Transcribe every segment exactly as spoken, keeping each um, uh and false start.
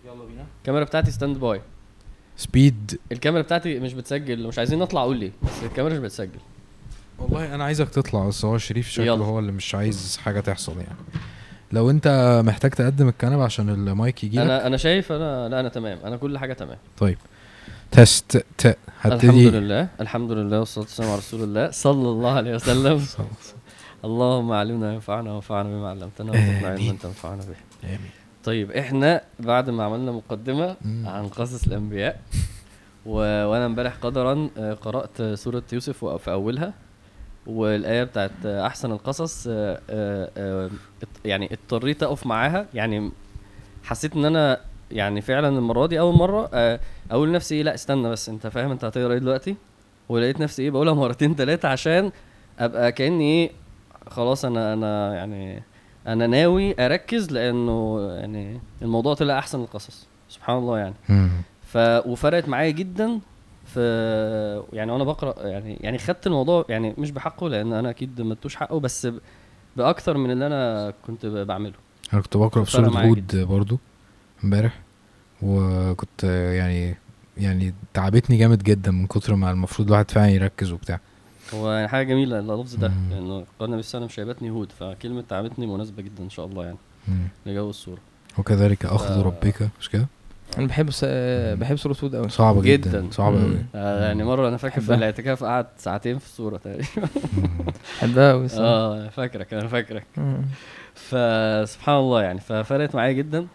يلا بينا. الكاميرا بتاعتي ستاند باي. سبيد. الكاميرا بتاعتي مش بتسجل، مش عايزين نطلع قول لي، بس الكاميرا مش بتسجل. والله انا عايزك تطلع، بس هو شريف شكله يلا. هو اللي مش عايز حاجه تحصل يعني. لو انت محتاج تقدم الكنبه عشان المايك يجي لك. انا انا شايف انا لا انا تمام، انا كل حاجه تمام. طيب تست ت الحمد هبتدي. لله الحمد لله والصلاه والسلام على رسول الله صلى الله عليه وسلم. اللهم علمنا ينفعنا وانفعنا بما علمتنا وارزقنا علما تنفعنا به. امين. طيب احنا بعد ما عملنا مقدمه مم. عن قصص الانبياء و... وانا امبارح قدرا آه، قرات سوره يوسف في اولها، والايه بتاعت آه، احسن القصص، آه، آه، آه، ات- يعني اضطريت اقف معاها. يعني حسيت ان انا يعني فعلا المره دي اول مره آه، اقول لنفسي ايه، لا استنى بس انت فاهم انت هتقرا ايه دلوقتي، ولقيت نفسي ايه بقولها مرتين ثلاثه عشان ابقى كاني ايه خلاص انا انا يعني انا ناوي اركز، لانه يعني الموضوع طلع احسن القصص سبحان الله يعني. مم. ف وفرقت معايا جدا في يعني وانا بقرا، يعني يعني خدت الموضوع يعني مش بحقه لان انا اكيد ما ادوش حقه، بس ب- باكتر من اللي انا كنت ب- بعمله. انا كنت بقرا في فرق سوره معايا هود برضو امبارح، وكنت يعني يعني تعبتني جامد جدا من كتر ما المفروض الواحد فعلا يركز وبتاع. هو يعني حاجه جميله اللفظ ده، مم. لانه قرن بالسلام شيبتني هود، فكلمه تعبتني مناسبه جدا ان شاء الله يعني مم. لجو الصوره. وكذلك اخذ ف- ربك، مش كده؟ انا بحب س... بحب سورة هود قوي. صعبه جدا, جدا. جدا. صعبه مم. قوي. آه يعني مره انا فاكر في بحبها. الاعتكاف قعدت ساعتين في الصوره تقريبا. بحبها قوي صح. اه فاكرك انا فاكرك. مم. فسبحان الله يعني ففرقت معايا جدا.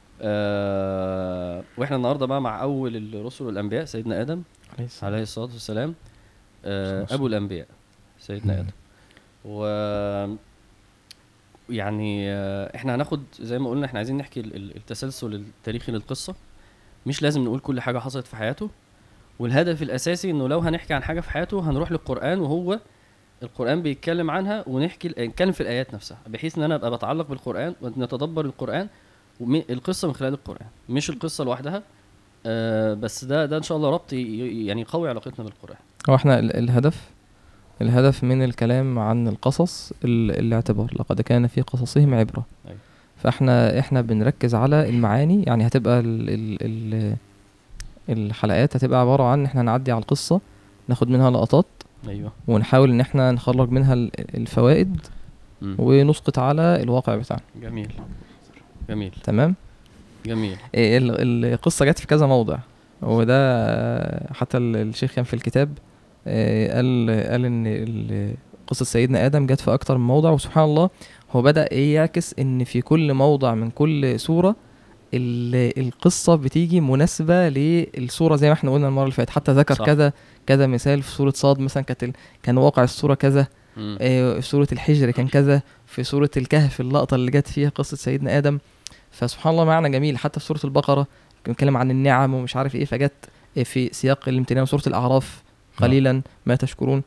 آه واحنا النهارده بقى مع اول الرسل والانبياء سيدنا ادم عليه السلام. عليه الصلاه والسلام، آه صلى ابو الانبياء سيدنا مم. ادم. و يعني آه احنا هناخد زي ما قلنا احنا عايزين نحكي ال- ال- التسلسل التاريخي للقصه، مش لازم نقول كل حاجه حصلت في حياته. والهدف الاساسي انه لو هنحكي عن حاجه في حياته هنروح للقران، وهو القرآن بيتكلم عنها، ونحكي نتكلم في الآيات نفسها بحيث ان انا ابقى بتعلق بالقرآن ونتدبر القرآن والقصة من خلال القرآن، مش القصة لوحدها. آه بس ده ده ان شاء الله ربط ي- يعني يقوي علاقتنا بالقرآن. هو احنا ال- الهدف الهدف من الكلام عن القصص ال- الاعتبار، لقد كان في قصصهم عبرة. أيوة. فاحنا احنا بنركز على المعاني، يعني هتبقى ال ال ال الحلقات هتبقى عبارة عن احنا هنعدي على القصة، ناخد منها لقطات ايوه. ونحاول ان احنا نخرج منها ال- الفوائد مم. ونسقط على الواقع بتاعنا. جميل جميل تمام. جميل. إيه ال- القصة جت في كذا موضع، وده آه، حتى ال- الشيخ كان في الكتاب آه، قال قال ان ال- قصة سيدنا آدم جت في أكتر من موضع، وسبحان الله هو بدأ يعكس ان في كل موضع من كل سورة ال- القصة بتيجي مناسبة للسورة، زي ما احنا قلنا المرة اللي فاتت. حتى ذكر صح. كذا كذا مثال في سورة صاد مثلا، كانت ال- كان واقع السورة كذا، مم. آه، في سورة الحجر كان كذا، في سورة الكهف اللقطة اللي جت فيها قصة سيدنا آدم. فسبحان الله معنى جميل. حتى في سورة البقرة كان بيتكلم عن النعم ومش عارف ايه، فجت في سياق الامتنان. سورة الأعراف قليلا ما تشكرون.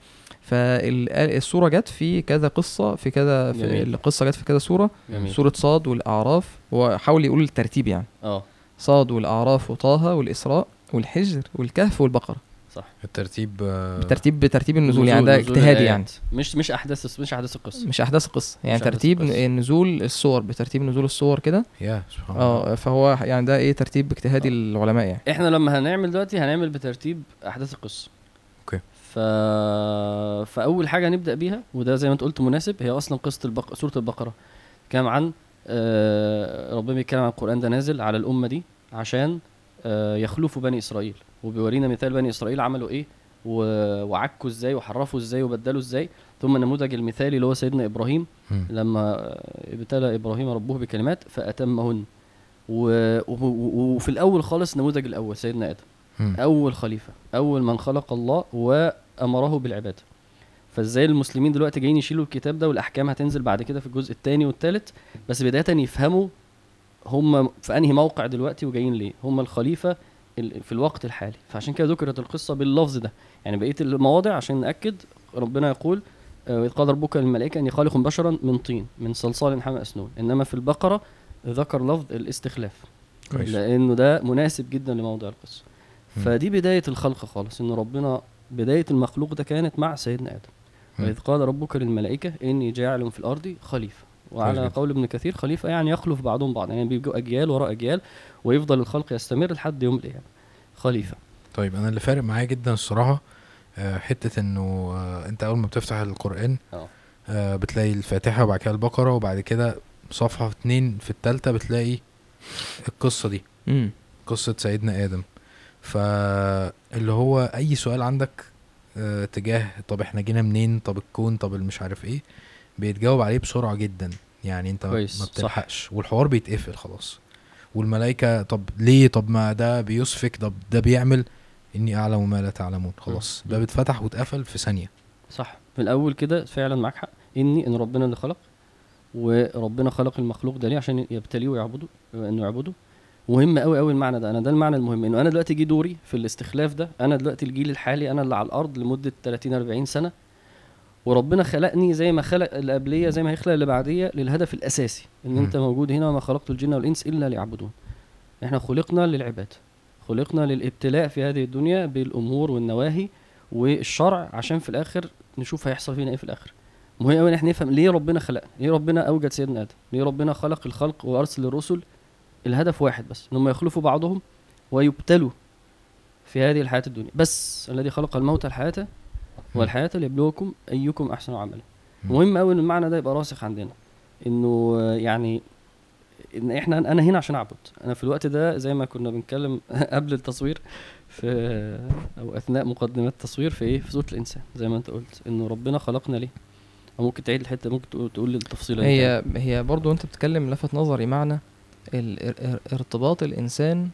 فالسورة جت في كذا قصة، في كذا في جميل. القصة جت في كذا سورة. جميل. سورة صاد والأعراف، وحاول يقول الترتيب يعني اه صاد والأعراف وطه والإسراء والحجر والكهف والبقرة، صح. الترتيب آه، بترتيب بترتيب النزول نزول- يعني، ده نزول اجتهادي الآيات. يعني، مش مش احداث مش احداث القصة. مش أحداث القصة يعني، مش أحداث ترتيب القصة. نزول الصور، بترتيب نزول الصور كده. يا سبحان الله. اه فهو يعني ده ايه ترتيب اجتهادي آه. العلماء يعني. احنا لما هنعمل دلوقتي هنعمل بترتيب احداث القصه. اوكي. ف... فاول حاجه نبدا بيها، وده زي ما انت قلت مناسب، هي اصلا قصه البق... سوره البقره كان عن آه... ربنا بيتكلم عن القران ده نازل على الامه دي عشان آه... يخلفوا بني اسرائيل، وبيورينا مثال بني اسرائيل عملوا ايه و... وعكوا ازاي وحرفوا ازاي وبدلوا ازاي. ثم النموذج المثالي اللي هو سيدنا ابراهيم مم. لما آه، ابتلى ابراهيم ربه بكلمات فاتمهن. و... و... وفي الاول خالص نموذج الاول سيدنا ادم، مم. اول خليفه، اول من خلق الله وامره بالعباده. فازاي المسلمين دلوقتي جايين يشيلوا الكتاب ده، والاحكام هتنزل بعد كده في الجزء الثاني والثالث، بس بدايه يفهموا هم في انهي موقع دلوقتي وجايين ليه، هم الخليفه ال- في الوقت الحالي. فعشان كده ذكرت القصه باللفظ ده. يعني بقيه المواضع عشان ناكد ربنا يقول آه، إذ قال ربك للملائكه اني خالق بشرا من طين من صلصال حمأ مسنون. انما في البقره ذكر لفظ الاستخلاف كويس. لانه ده مناسب جدا لموضوع القصه. مم. فدي بدايه الخلق خالص، ان ربنا بدايه المخلوق ده كانت مع سيدنا ادم. مم. واذ قال ربك للملائكه اني جاعل في الارض خليفه. وعلى جداً. قول ابن كثير خليفة يعني يخلف بعضهم بعض، يعني بيجوا أجيال وراء أجيال ويفضل الخلق يستمر لحد يوم القيامة. خليفة. طيب انا اللي فارق معايا جدا الصراحه آه، حته انه آه، انت اول ما بتفتح القران اه آه، بتلاقي الفاتحه وبعد كده البقره وبعد كده صفحه اتنين في التالتة بتلاقي القصه دي، امم قصه سيدنا ادم. فاللي هو اي سؤال عندك آه، تجاه طب احنا جينا منين، طب الكون، طب المش عارف ايه، بيتجاوب عليه بسرعه جدا. يعني انت كويس، ما صح. بتلحقش والحوار بيتقفل خلاص. والملائكه طب ليه، طب ما ده بيسفك، طب ده بيعمل، اني اعلم ما لا تعلمون، خلاص مم. باب اتفتح واتقفل في ثانيه. صح، في الأول كده فعلا معاك حق، إني إن ربنا اللي خلق، وربنا خلق المخلوق ده ليه؟ عشان يبتليه ويعبده، إنه يعبده. مهم قوي قوي المعنى ده. انا ده المعنى المهم، انه انا دلوقتي جه دوري في الاستخلاف ده. انا دلوقتي الجيل الحالي، انا اللي على الارض لمده ثلاثين أربعين سنه، وربنا خلقني زي ما خلق اللي قبليه زي ما هيخلق اللي بعديه للهدف الاساسي، ان م. انت موجود هنا وما خلقت الجن والانس الا ليعبدون. احنا خلقنا للعباده، خلقنا للابتلاء في هذه الدنيا بالامور والنواهي والشرع، عشان في الاخر نشوف هيحصل فينا ايه في الاخر. مهم قوي ان احنا نفهم ليه ربنا خلقنا، ليه ربنا اوجد سيدنا ادم، ليه ربنا خلق الخلق وارسل الرسل. الهدف واحد بس، ان هم يخلفوا بعضهم ويبتلوا في هذه الحياه الدنيا. بس الذي خلق الموت الحياه والحياه ليبلوكم ايكم احسن عملا. م. مهم قوي ان المعنى ده يبقى راسخ عندنا، انه آه، يعني ان احنا انا هنا عشان اعبد. انا في الوقت ده زي ما كنا بنتكلم قبل التصوير في او اثناء مقدمات التصوير في ايه، في سوره الانسان، زي ما انت قلت انه ربنا خلقنا ليه. او ممكن تعيد الحته، ممكن تقول, تقول لي التفصيله دي هي هي برضو انت بتتكلم لفت نظري معنى ال- ار- ارتباط الانسان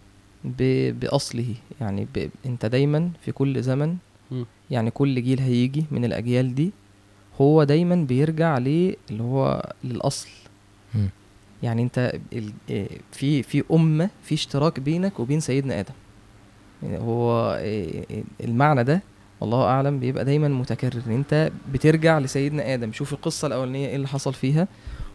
ب- باصله. يعني ب... انت دايما في كل زمن، مم. يعني كل جيل هيجي من الاجيال دي هو دايما بيرجع ليه اللي هو للاصل. م. يعني انت ال... اه في في امه في اشتراك بينك وبين سيدنا ادم. يعني هو اه المعنى ده والله اعلم بيبقى دايما متكرر، ان انت بترجع لسيدنا ادم. شوف القصه الاولانيه ايه اللي حصل فيها،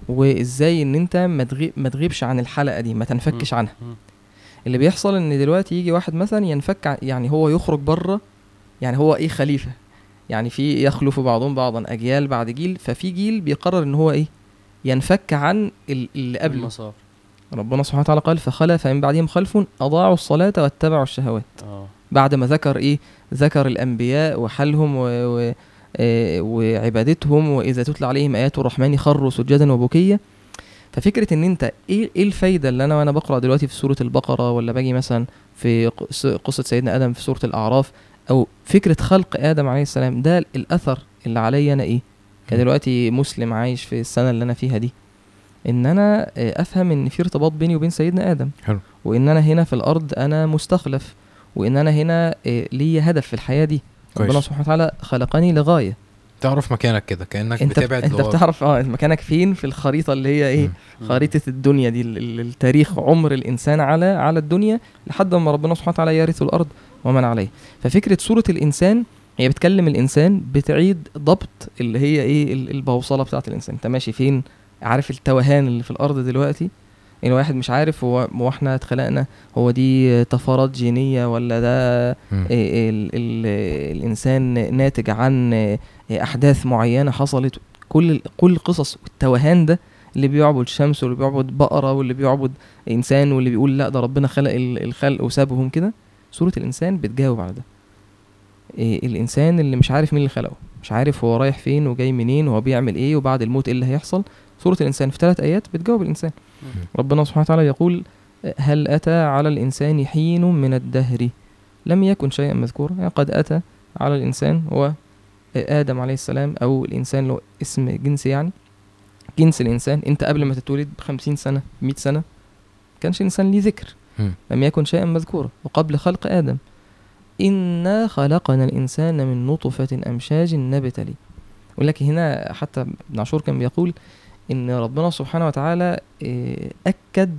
وازاي ان انت ما تغيب ما تغيبش عن الحلقه دي، ما تنفكش مم. عنها. مم. اللي بيحصل ان دلوقتي يجي واحد مثلا ينفك ع- يعني هو يخرج بره. يعني هو ايه، خليفه. يعني في يخلف بعضهم بعضا اجيال بعد جيل، ففي جيل بيقرر ان هو ايه، ينفك عن ال- اللي قبله. المسار. ربنا سبحانه وتعالى قال فخلف من بعدهم خلف اضاعوا الصلاه واتبعوا الشهوات. اه بعد ما ذكر ايه، ذكر الانبياء وحالهم و... و... آه، وعبادتهم، واذا تتلى عليهم ايات الرحمن خروا سجدا وبكيا. ففكره ان انت ايه ايه الفايده اللي انا وانا بقرا دلوقتي في سوره البقره، ولا باجي مثلا في قص- قصه سيدنا ادم في سوره الاعراف، او فكره خلق ادم عليه السلام، ده الاثر اللي عليا انا ايه كدلوقتي مسلم عايش في السنه اللي انا فيها دي، ان انا آه، افهم ان في ارتباط بيني وبين سيدنا ادم. حلو. وان انا هنا في الارض انا مستخلف، وان انا هنا آه، ليا هدف في الحياه دي. كويس. ربنا سبحانه وتعالى خلقني لغايه. تعرف مكانك كده كانك انت بتبعد انت لورا. بتعرف اه مكانك فين في الخريطه اللي هي ايه، م. خريطه الدنيا دي، ال- ال- التاريخ عمر الانسان على على الدنيا لحد ما ربنا سبحانه وتعالى يرث الارض ومن عليه. ففكره سوره الانسان هي بتكلم الانسان، بتعيد ضبط اللي هي ايه ال- البوصله بتاعه الانسان. انت ماشي فين، عارف التوهان اللي في الارض دلوقتي. الواحد مش عارف هو هو احنا اتخلقنا، هو دي طفرات جينيه، ولا ده م. إيه ال ال الانسان ناتج عن إيه احداث معينه حصلت. كل ال- كل القصص والتوهان ده، اللي بيعبد شمس واللي بيعبد بقره واللي بيعبد انسان واللي بيقول لا ده ربنا خلق ال- الخلق وسابهم كده. سوره الانسان بتجاوب على ده. إيه الانسان اللي مش عارف مين اللي خلقه، مش عارف هو رايح فين وجاي منين وهو بيعمل ايه وبعد الموت ايه اللي هيحصل. سوره الانسان في ثلاث ايات بتجاوب الانسان. ربنا سبحانه وتعالى يقول هل أتى على الإنسان حين من الدهر لم يكن شيئا مذكورا. يعني قد أتى على الإنسان هو آدم عليه السلام، أو الإنسان له اسم جنس، يعني جنس الإنسان. أنت قبل ما تتولد بخمسين سنة مئة سنة كانش الإنسان ليه ذكر، م. لم يكن شيئا مذكورا. وقبل خلق آدم إنا خلقنا الإنسان من نطفة أمشاج نبتلي. ولكن هنا حتى ابن عاشور كان بيقول إن ربنا سبحانه وتعالى إيه، أكد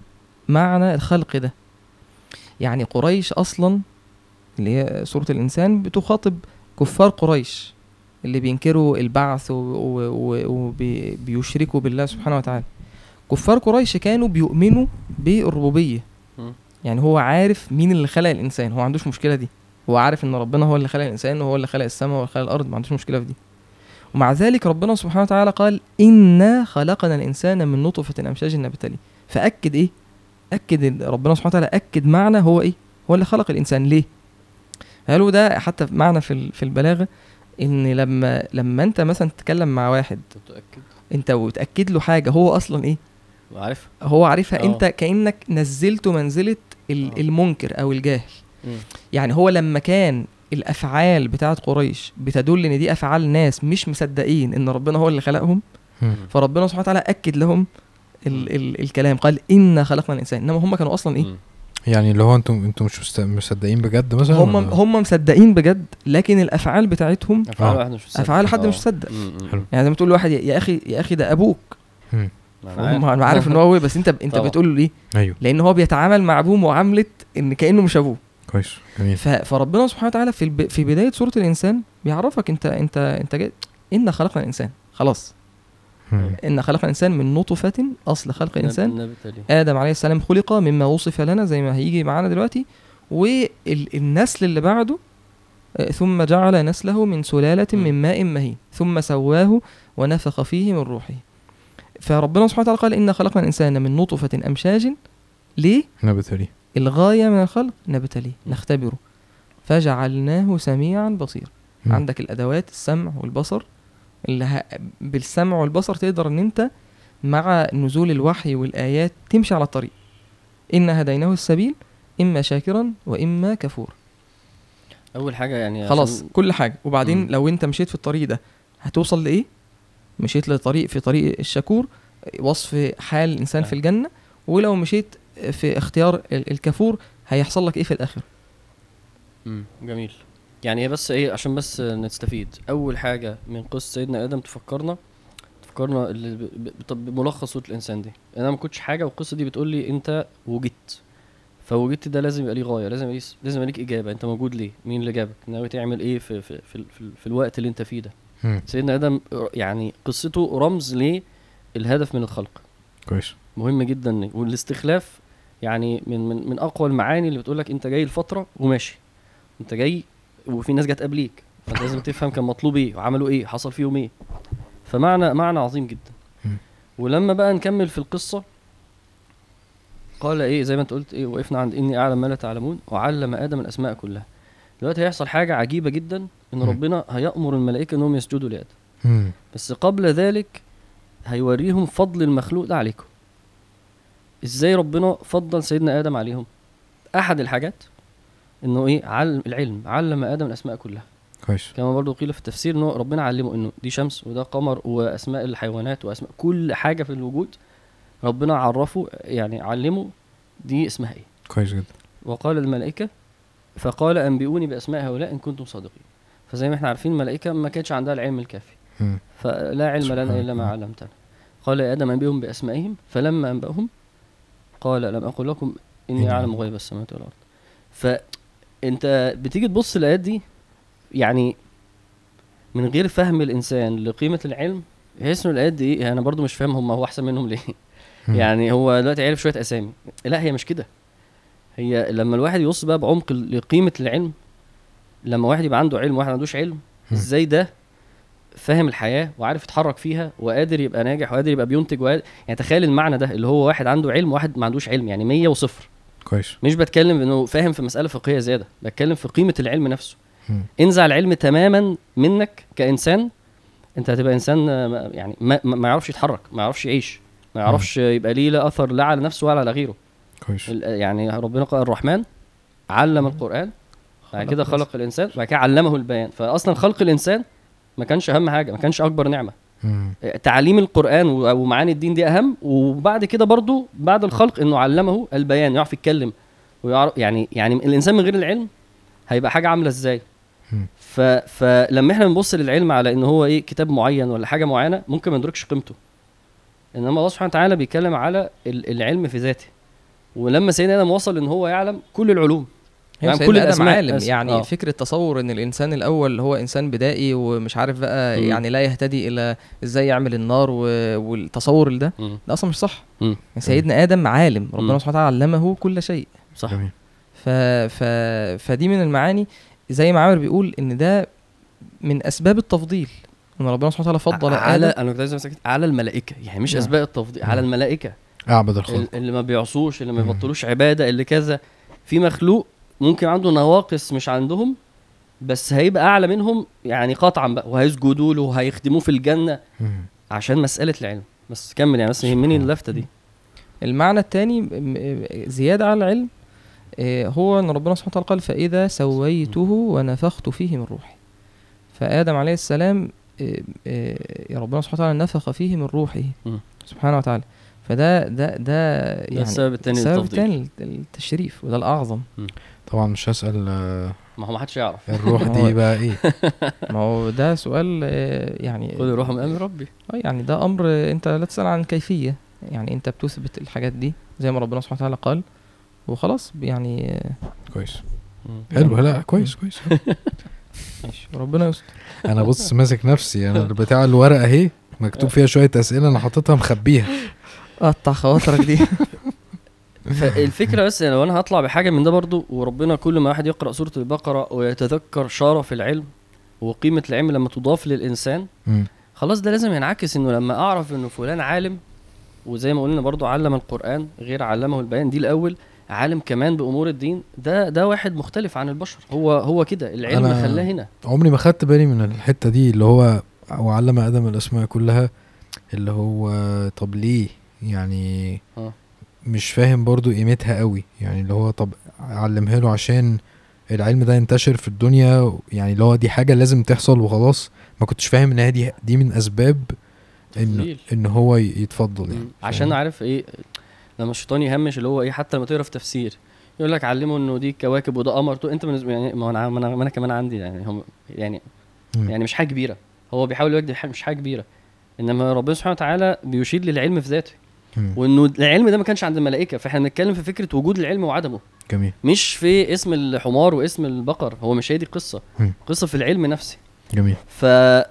معنى الخلق ده. يعني قريش أصلا اللي هي سورة الإنسان بتخاطب كفار قريش اللي بينكروا البعث وبيشركوا بالله سبحانه وتعالى. كفار قريش كانوا بيؤمنوا بالربوبية. م. يعني هو عارف مين اللي خلق الإنسان، هو عندوش مشكلة دي. هو عارف إن ربنا هو اللي خلق الإنسان وهو اللي خلق السماء وهو اللي خلق الأرض، ما عندوش مشكلة في دي. ومع ذلك ربنا سبحانه وتعالى قال إنا خلقنا الإنسان من نطفة أمشاج نبتلي. فأكد إيه؟ أكد ربنا سبحانه وتعالى أكد معنى هو إيه؟ هو اللي خلق الإنسان. ليه؟ قالوا ده حتى معنى في في البلاغة، إن لما لما أنت مثلا تتكلم مع واحد تتأكد أنت وتأكد له حاجة هو أصلا إيه؟ عارف هو عارفها. أوه. أنت كأنك نزلته منزلة المنكر أو الجاهل. م. يعني هو لما كان الأفعال بتاعت قريش بتدل إن دي أفعال ناس مش مصدقين إن ربنا هو اللي خلقهم، م. فربنا سبحانه وتعالى أكد لهم ال ال الكلام، قال إنا خلقنا الإنسان. إنما هم كانوا أصلا إيه؟ م. يعني اللي هو انتم انتم مش مصدقين بجد مثلا؟ هم هم مصدقين بجد، لكن الافعال بتاعتهم افعال واحد مش مصدق، افعال حد مش مصدق. يعني زي ما تقول لواحد يا اخي يا اخي ده ابوك، انا عارف ان هو بس انت انت بتقول له ليه؟ ايوه، لان هو بيتعامل مع ابوه معامله ان كانه مش ابوه. كويس، جميل. فربنا سبحانه وتعالى في الب... في بدايه سوره الانسان بيعرفك انت انت انت جاي ان خلقنا الانسان خلاص. إن خلق الإنسان من نطفة، أصل خلق الإنسان آدم عليه السلام خلق مما وصف لنا زي ما هيجي معانا دلوقتي، والنسل اللي بعده ثم جعل نسله من سلالة من ماء مهين ثم سواه ونفخ فيه من روحه. فربنا سبحانه وتعالى قال إن خلقنا الإنسان من نطفة أمشاج ليه؟ نبتليه، الغاية من الخلق نبتليه نختبره فجعلناه سميعا بصير. عندك الأدوات السمع والبصر اللي ه... بالسمع والبصر تقدر ان انت مع نزول الوحي والآيات تمشي على الطريق. إن هديناه السبيل إما شاكرا وإما كفور. أول حاجة يعني خلاص كل حاجة. وبعدين م. لو انت مشيت في الطريق ده هتوصل لإيه؟ مشيت لطريق في طريق الشكور، وصف حال الإنسان في الجنة. ولو مشيت في اختيار الكفور هيحصل لك إيه في الآخر؟ م. جميل. يعني بس ايه عشان بس نستفيد. اول حاجه من قصه سيدنا ادم تفكرنا تفكرنا اللي بملخص صوت الانسان دي. انا ما كنتش حاجه والقصه دي بتقول لي انت وجدت، فوجدت ده لازم يبقى ليه غايه، لازم يبقى لازم ليك اجابه. انت موجود ليه؟ مين اللي جابك؟ ناوي تعمل ايه في في في, في, في الوقت اللي انت فيه ده؟ م. سيدنا ادم يعني قصته رمز للهدف من الخلق. كويس، مهم جدا. والاستخلاف يعني من من من اقوى المعاني اللي بتقول لك انت جاي لفتره وماشي، انت جاي وفي ناس جت قبليك، فانت لازم تفهم كان مطلوب ايه وعملوا ايه حصل فيهم ايه. فمعنى معنى عظيم جدا. ولما بقى نكمل في القصه قال ايه زي ما انت قلت ايه، وقفنا عند اني اعلم ما لا تعلمون وعلم ادم الاسماء كلها. دلوقتي هيحصل حاجه عجيبه جدا، ان ربنا هيأمر الملائكه انهم يسجدوا لآدم، بس قبل ذلك هيوريهم فضل المخلوق ده عليكم. ازاي ربنا فضل سيدنا ادم عليهم؟ احد الحاجات انه ايه؟ علم العلم، علم ادم الاسماء كلها. كويس. كما برضو قيل في التفسير انه ربنا علمه انه دي شمس وده قمر واسماء الحيوانات واسماء كل حاجه في الوجود، ربنا عرفه يعني علمه دي اسمها ايه. كويس جدا. وقال الملائكه فقال انبئوني باسماء هؤلاء ان كنتم صادقين. فزي ما احنا عارفين الملائكه ما كانتش عندها العلم الكافي، م. فلا علم لنا الا ما علمتنا. قال يا ادم انبئهم باسمائهم فلما انبأهم قال لم اقل لكم اني اعلم غيب السماوات والارض. فانت بتيجي تبص الايات دي يعني من غير فهم الانسان لقيمه العلم يحس ان الايات دي ايه، انا برضو مش فاهم هم هو احسن منهم ليه. يعني هو دلوقتي عارف شويه اسامي، لا هي مش كده. هي لما الواحد يبص بقى بعمق لقيمه العلم، لما واحد يبقى عنده علم وواحد ما عندوش علم، ازاي ده فاهم الحياه وعارف يتحرك فيها وقادر يبقى ناجح وقادر يبقى بينتج وقادر. يعني تخيل المعنى ده اللي هو واحد عنده علم وواحد ما عندوش علم، يعني مية وصفر. كويس. مش بتكلم انه فاهم في مساله فقهيه زياده، بتكلم في قيمه العلم نفسه. انزع العلم تماما منك كانسان، انت هتبقى انسان يعني ما, ما يعرفش يتحرك، ما يعرفش يعيش، ما يعرفش يبقى ليه لا اثر لا على نفسه ولا على غيره. كويس. يعني ربنا قال الرحمن علم القرآن، بعد كده خلق الانسان، بعد كده علمه البيان. فاصلا خلق الانسان ما كانش اهم حاجه، ما كانش اكبر نعمه. مم. تعليم القرآن ومعاني الدين دي اهم، وبعد كده برضو بعد الخلق انه علمه البيان، يعرف يتكلم ويعرف يعني يعني الانسان من غير العلم هيبقى حاجه عامله ازاي. ف فلما احنا بنبص للعلم على ان هو ايه كتاب معين ولا حاجه معينه ممكن ما ندركش قيمته، انما الله سبحانه وتعالى بيتكلم على العلم في ذاته. ولما سيدنا ادم وصل ان هو يعلم كل العلوم، يعني كل الاسماء عالم أسم. يعني آه. فكره تصور ان الانسان الاول هو انسان بدائي ومش عارف بقى م. يعني لا يهتدي الى ازاي يعمل النار والتصور ده م. ده اصلا مش صح. يعني سيدنا ادم عالم، ربنا سبحانه وتعالى علمه كل شيء صح. ف... ف... فدي من المعاني زي ما عامر بيقول ان ده من اسباب التفضيل. ان ربنا سبحانه وتعالى فضل على ادم انا كنت عايز أسألك على الملائكه، يعني مش نعم. اسباق التفضيل، على الملائكه اعبد الخلق. ال- اللي ما بيعصوش، اللي ما مم. يبطلوش عباده، اللي كذا. في مخلوق ممكن عنده نواقص مش عندهم، بس هيبقى اعلى منهم يعني قطعا بقى، وهيسجدوا له وهيخدموه في الجنه مم. عشان مساله العلم. بس كمل يعني، بس يهمني اللفته دي. المعنى الثاني زياده على العلم آه، هو ان ربنا سبحانه وتعالى قال فاذا سويته ونفخت فيه من روحي. فادم عليه السلام آه، آه، يا ربنا سبحانه وتعالى نفخ فيه من روحه مم. سبحانه وتعالى. فده ده ده يعني السبب التاني السبب للتفضيل. الثاني التشريف، وده الاعظم. طبعا مش هسأل آه، ما هو ما حدش يعرف. الروح دي بقى ايه. ما هو ده سؤال آه، يعني خذ روح من امر ربي. اه يعني ده امر آه، انت لا تسأل عن كيفية، يعني انت بتثبت الحاجات دي زي ما ربنا سبحانه وتعالى قال وخلاص يعني آه، كويس مم. حلو. لا كويس كويس. ماشي ربنا يستر. انا بص ماسك نفسي، انا بتاع الورقه اهي مكتوب فيها شويه اسئله انا حاططها مخبيها. قطع خواطرك دي. فالفكره بس لو انا هطلع بحاجه من ده برضو، وربنا كل ما واحد يقرا سوره البقره ويتذكر شرف العلم وقيمه العلم لما تضاف للانسان، مم. خلاص ده لازم ينعكس انه لما اعرف انه فلان عالم، وزي ما قلنا برضو علم القرآن غير علمه البيان، دي الاول عالم كمان بامور الدين، ده ده واحد مختلف عن البشر. هو هو كده العلم أنا- خلاه هنا. عمري ما خدت بالي من الحته دي اللي هو وعلم ادم الاسماء كلها، اللي هو طب ليه يعني اه مش فاهم برضو قيمتها قوي، يعني اللي هو طب علمها له عشان العلم ده ينتشر في الدنيا، يعني اللي هو دي حاجه لازم تحصل وخلاص. ما كنتش فاهم ان هي دي دي من اسباب ان تفضيل. ان هو يتفضل يعني. مم. عشان عارف ايه لما الشيطان يهمش اللي هو ايه، حتى لما تقرا في تفسير يقول لك علمه انه دي كواكب وده قمر، تقول انت بالنسبه يعني ما انا ما انا, ما أنا كمان عندي يعني هم يعني مم. يعني مش حاجه كبيره. هو بيحاول يوجد حاجه مش حاجه كبيره، انما ربنا سبحانه وتعالى بيشير للعلم في ذاته، مم. وانه العلم ده ما كانش عند الملائكه. فاحنا بنتكلم في فكره وجود العلم وعدمه، جميل مش في اسم الحمار واسم البقر. هو مش هي دي القصه، مم. قصه في العلم نفسه. جميل. ف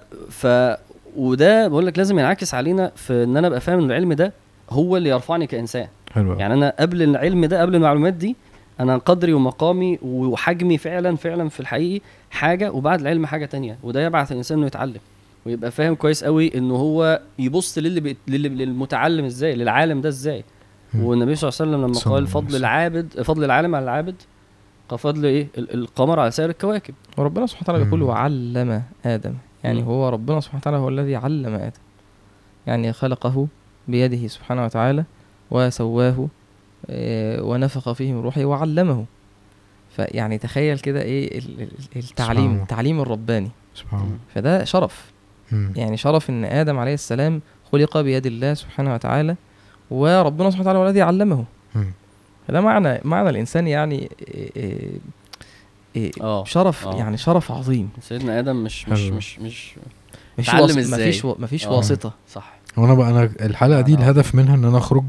ف وده بقول لك لازم ينعكس علينا في ان انا ابقى فاهم ان العلم ده هو اللي يرفعني كانسان. حلو. يعني انا قبل العلم ده، قبل المعلومات دي، انا قدري ومقامي وحجمي فعلا فعلا في الحقيقي حاجه، وبعد العلم حاجه تانية. وده يبعث الانسان انه يتعلم ويبقى فاهم كويس قوي انه هو يبص للي, بي... للي للمتعلم ازاي، للعالم ده ازاي. مم. والنبي صلى الله عليه وسلم لما صلى الله قال عليه فضل وسلم. العابد، فضل العالم على العابد كفضل ايه ال- القمر على سائر الكواكب. وربنا سبحانه وتعالى بيقول مم. وعلم آدم، يعني مم. هو ربنا سبحانه وتعالى هو الذي علم آدم، يعني خلقه بيده سبحانه وتعالى وسواه آه، ونفخ فيه من روحه وعلمه. فيعني تخيل كده ايه ال- ال- سبحان التعليم الله. التعليم الرباني. سبحان الله. فده شرف، مم. يعني شرف ان آدم عليه السلام خلق بيد الله سبحانه وتعالى، وربنا سبحانه وتعالى هو الذي علمه. مم. فده معنى معنى الانسان يعني إيه إيه إيه اه شرف، آه. يعني شرف عظيم. سيدنا ادم مش مش حلو. مش مش مفيش اتعلم واس- إزاي؟ مفيش و- مفيش آه. واسطة. صح. وانا بقى انا الحلقه دي أنا- الهدف منها ان انا اخرج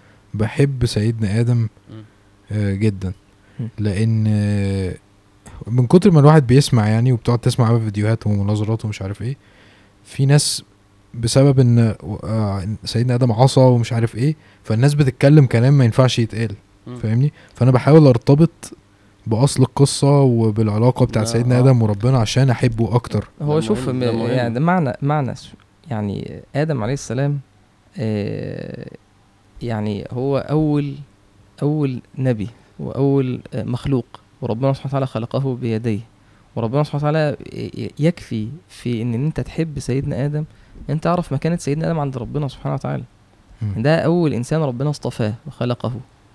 بحب سيدنا ادم مم. آه جدا، مم. لان آه من كتر ما الواحد بيسمع يعني وبتقعد تسمع بقى فيديوهات ومناظرات ومش عارف ايه، في ناس بسبب ان آه سيدنا ادم عصى ومش عارف ايه، فالناس بتتكلم كلام ما ينفعش يتقال. مم. فاهمني؟ فانا بحاول ارتبط باصل القصه وبالعلاقه بتاعت لا، سيدنا آه. م وربنا عشان احبه اكتر. هو ده شوف مهم، م- ده مهم. يعني ده معنى معنى س- يعني آدم عليه السلام آه، يعني هو أول أول نبي وأول آه، مخلوق، وربنا سبحانه وتعالى خلقه بيديه. وربنا سبحانه وتعالى ي- يكفي في إن أنت تحب سيدنا آدم، أنت تعرف مكانة سيدنا آدم عند ربنا سبحانه وتعالى. مم. ده أول إنسان ربنا اصطفاه وخلقه.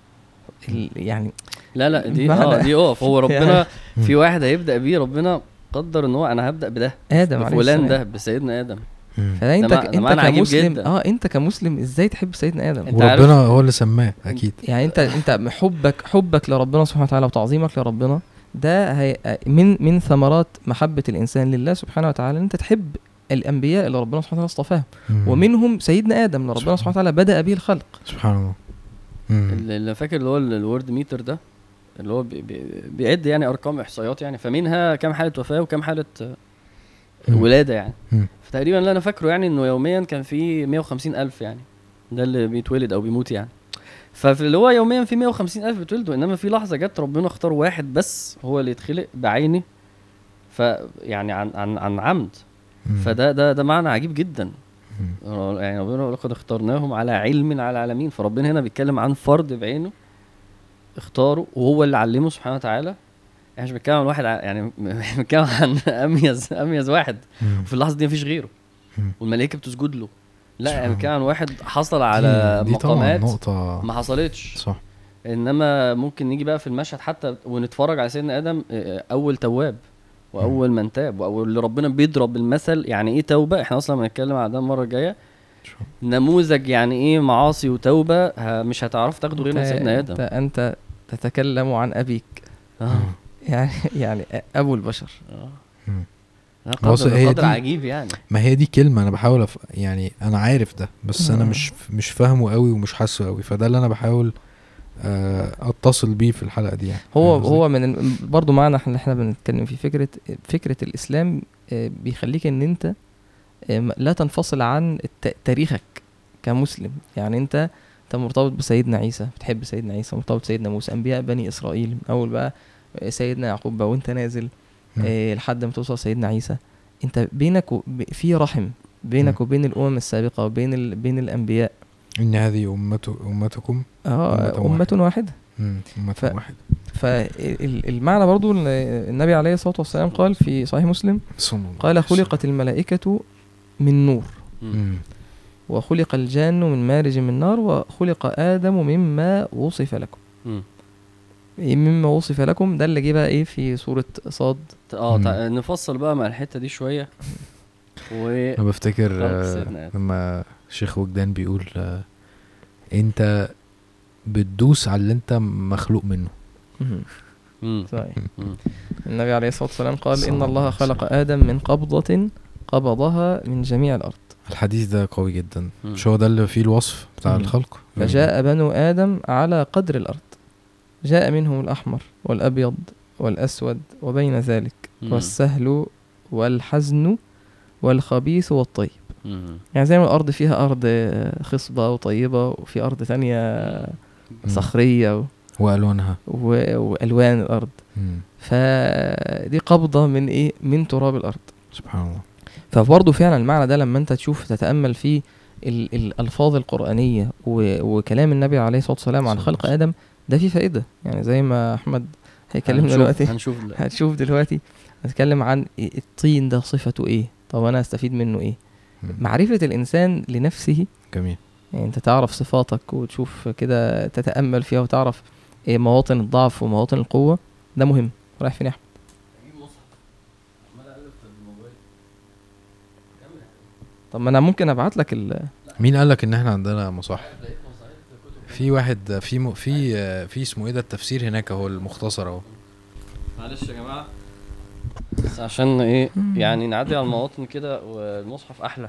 ال- يعني لا لا دي معنى- اه دي اقف. هو ربنا مم. في واحد هيبدا بيه، ربنا قدر ان هو انا هبدا بده، آدم عليه فلان السلام. ده بسيدنا ادم. مم. فده انت ده ك- مع- ده انت معنى عجيب كمسلم جدا. اه انت كمسلم ازاي تحب سيدنا ادم؟ انت عارف- وربنا هو اللي سماه اكيد. يعني انت انت حبك حبك لربنا سبحانه وتعالى وتعظيمك لربنا، ده هي من من ثمرات محبة الانسان لله سبحانه وتعالى ان انت تحب الانبياء اللي ربنا سبحانه وتعالى اصطفاهم، مم. ومنهم سيدنا ادم اللي ربنا سبحان سبحانه وتعالى بدأ به الخلق. سبحان الله. مم. اللي اللي فاكر اللي هو ال- الورد ميتر ده، اللي هو بي- بي- بيعد يعني ارقام احصائيات يعني، فمنها كام حاله وفاه وكام حاله آه، مم. ولاده يعني. مم. فتقريبا اللي انا فاكره يعني انه يوميا كان في مية وخمسين الف يعني، ده اللي بيتولد او بيموت يعني. ففي اللي هو يوميا في مية وخمسين الف بيتولدوا، انما في لحظه جت ربنا اختار واحد بس هو اللي يتخلق بعينه، ف يعني عن عن عن عمد. مم. فده ده ده معنى عجيب جدا. مم. يعني ربنا يقول لقد اخترناهم على علم على العالمين، فربنا هنا بيتكلم عن فرد بعينه اختاره وهو اللي علمه سبحانه وتعالى. احنا مش بنتكلم عن واحد ع- يعني مش بنتكلم عن اميز اميز واحد مم. وفي اللحظه دي مفيش غيره مم. والملائكه بتسجد له. لا سبحان يعني بنتكلم عن واحد حصل على دي, دي طبعا مقامات نقطة ما حصلتش. صح. انما ممكن نيجي بقى في المشهد حتى ونتفرج على سيدنا ادم، آه، اول تواب واول من تاب واول اللي ربنا بيضرب المثل يعني ايه توبه. احنا اصلا بنتكلم على ده المره الجايه، شو. نموذج يعني ايه معاصي وتوبه، ه- مش هتعرف تاخده غير من أنت- سيدنا انت ادم. انت تتكلم عن ابيك، اه يعني يعني ابو البشر. اه مم. لا، وصل- قدر هي قدر دي- عجيب يعني. ما هي دي كلمة انا بحاول أف... يعني انا عارف ده بس انا مم. مش مش فاهمه قوي ومش حاسه قوي، فده اللي انا بحاول آه، اتصل بيه في الحلقة دي يعني. هو فاهم قصدي؟ هو من ال- برضو معنى احنا اللي احنا بنتكلم فيه فكرة فكرة الإسلام، آه، بيخليك ان انت آه، م- لا تنفصل عن الت- تاريخك كمسلم. يعني انت انت مرتبط بسيدنا عيسى، بتحب سيدنا عيسى، مرتبط بسيدنا موسى، انبياء بني اسرائيل من اول بقى آه، سيدنا يعقوب بقى وانت نازل مم. آه، لحد ما توصل سيدنا عيسى. انت بينك و... ب- في رحم بينك مم. وبين الامم السابقة وبين ال... بين الانبياء. ان هذه امته امتكم اه أمة امة واحدة. مم. امة ف- واحد. فالمعنى برضو ال- النبي عليه الصلاة والسلام قال في صحيح مسلم، صلى الله عليه قال وسلم. خلقت الملائكة من نور، مم. وخلق الجان من مارج من نار، وخلق آدم مما وصف لكم. مم. إيه مما وصف لكم ده اللي جه بقى ايه في سورة صاد. اه مم. تع- نفصل بقى مع الحته دي شويه. و انا بفتكر خلق آه، سيدنا آدم. لما شيخ وجدان بيقول آه، انت بتدوس على اللي انت مخلوق منه. مم. صحيح. مم. النبي عليه الصلاة والسلام قال صلى إن الله الله عليه خلق وسلم. آدم من قبضة قبضها من جميع الأرض، الحديث ده قوي جدا. مم. مش هو ده اللي فيه الوصف بتاع مم. الخلق؟ فجاء بنو آدم على قدر الأرض، جاء منهم الأحمر والأبيض والأسود وبين ذلك مم. والسهل والحزن والخبيث والطيب. مم. يعني زي ما الأرض فيها أرض خصبة وطيبة، وفي أرض تانية مم. صخرية و- والوانها. و- وألوان الأرض. مم. فدي قبضة من إيه؟ من تراب الأرض. سبحان الله. فبرضه فعلا المعنى ده لما أنت تشوف تتأمل فيه ال- الألفاظ القرآنية و- وكلام النبي عليه الصلاة والسلام عن صلى خلق الله. آدم، ده فيه فائدة. يعني زي ما أحمد هيكلمنا هنشوف- دلوقتي، هنشوف دلوقتي. هتشوف دلوقتي هتكلم عن إيه الطين ده صفته ايه، طب انا استفيد منه ايه. مم. معرفة الانسان لنفسه، جميل. يعني انت تعرف صفاتك وتشوف كده تتأمل فيها وتعرف ايه مواطن الضعف ومواطن القوة، ده مهم. رايح فين يا احمد؟ طب ما انا ممكن ابعت لك ال مين قالك ان احنا عندنا مصاحف؟ في واحد في م... في آه، في اسمه ايه ده التفسير هناك اهو المختصر اهو. معلش يا جماعه بس عشان ايه يعني نعدي على المواطن كده والمصحف احلى.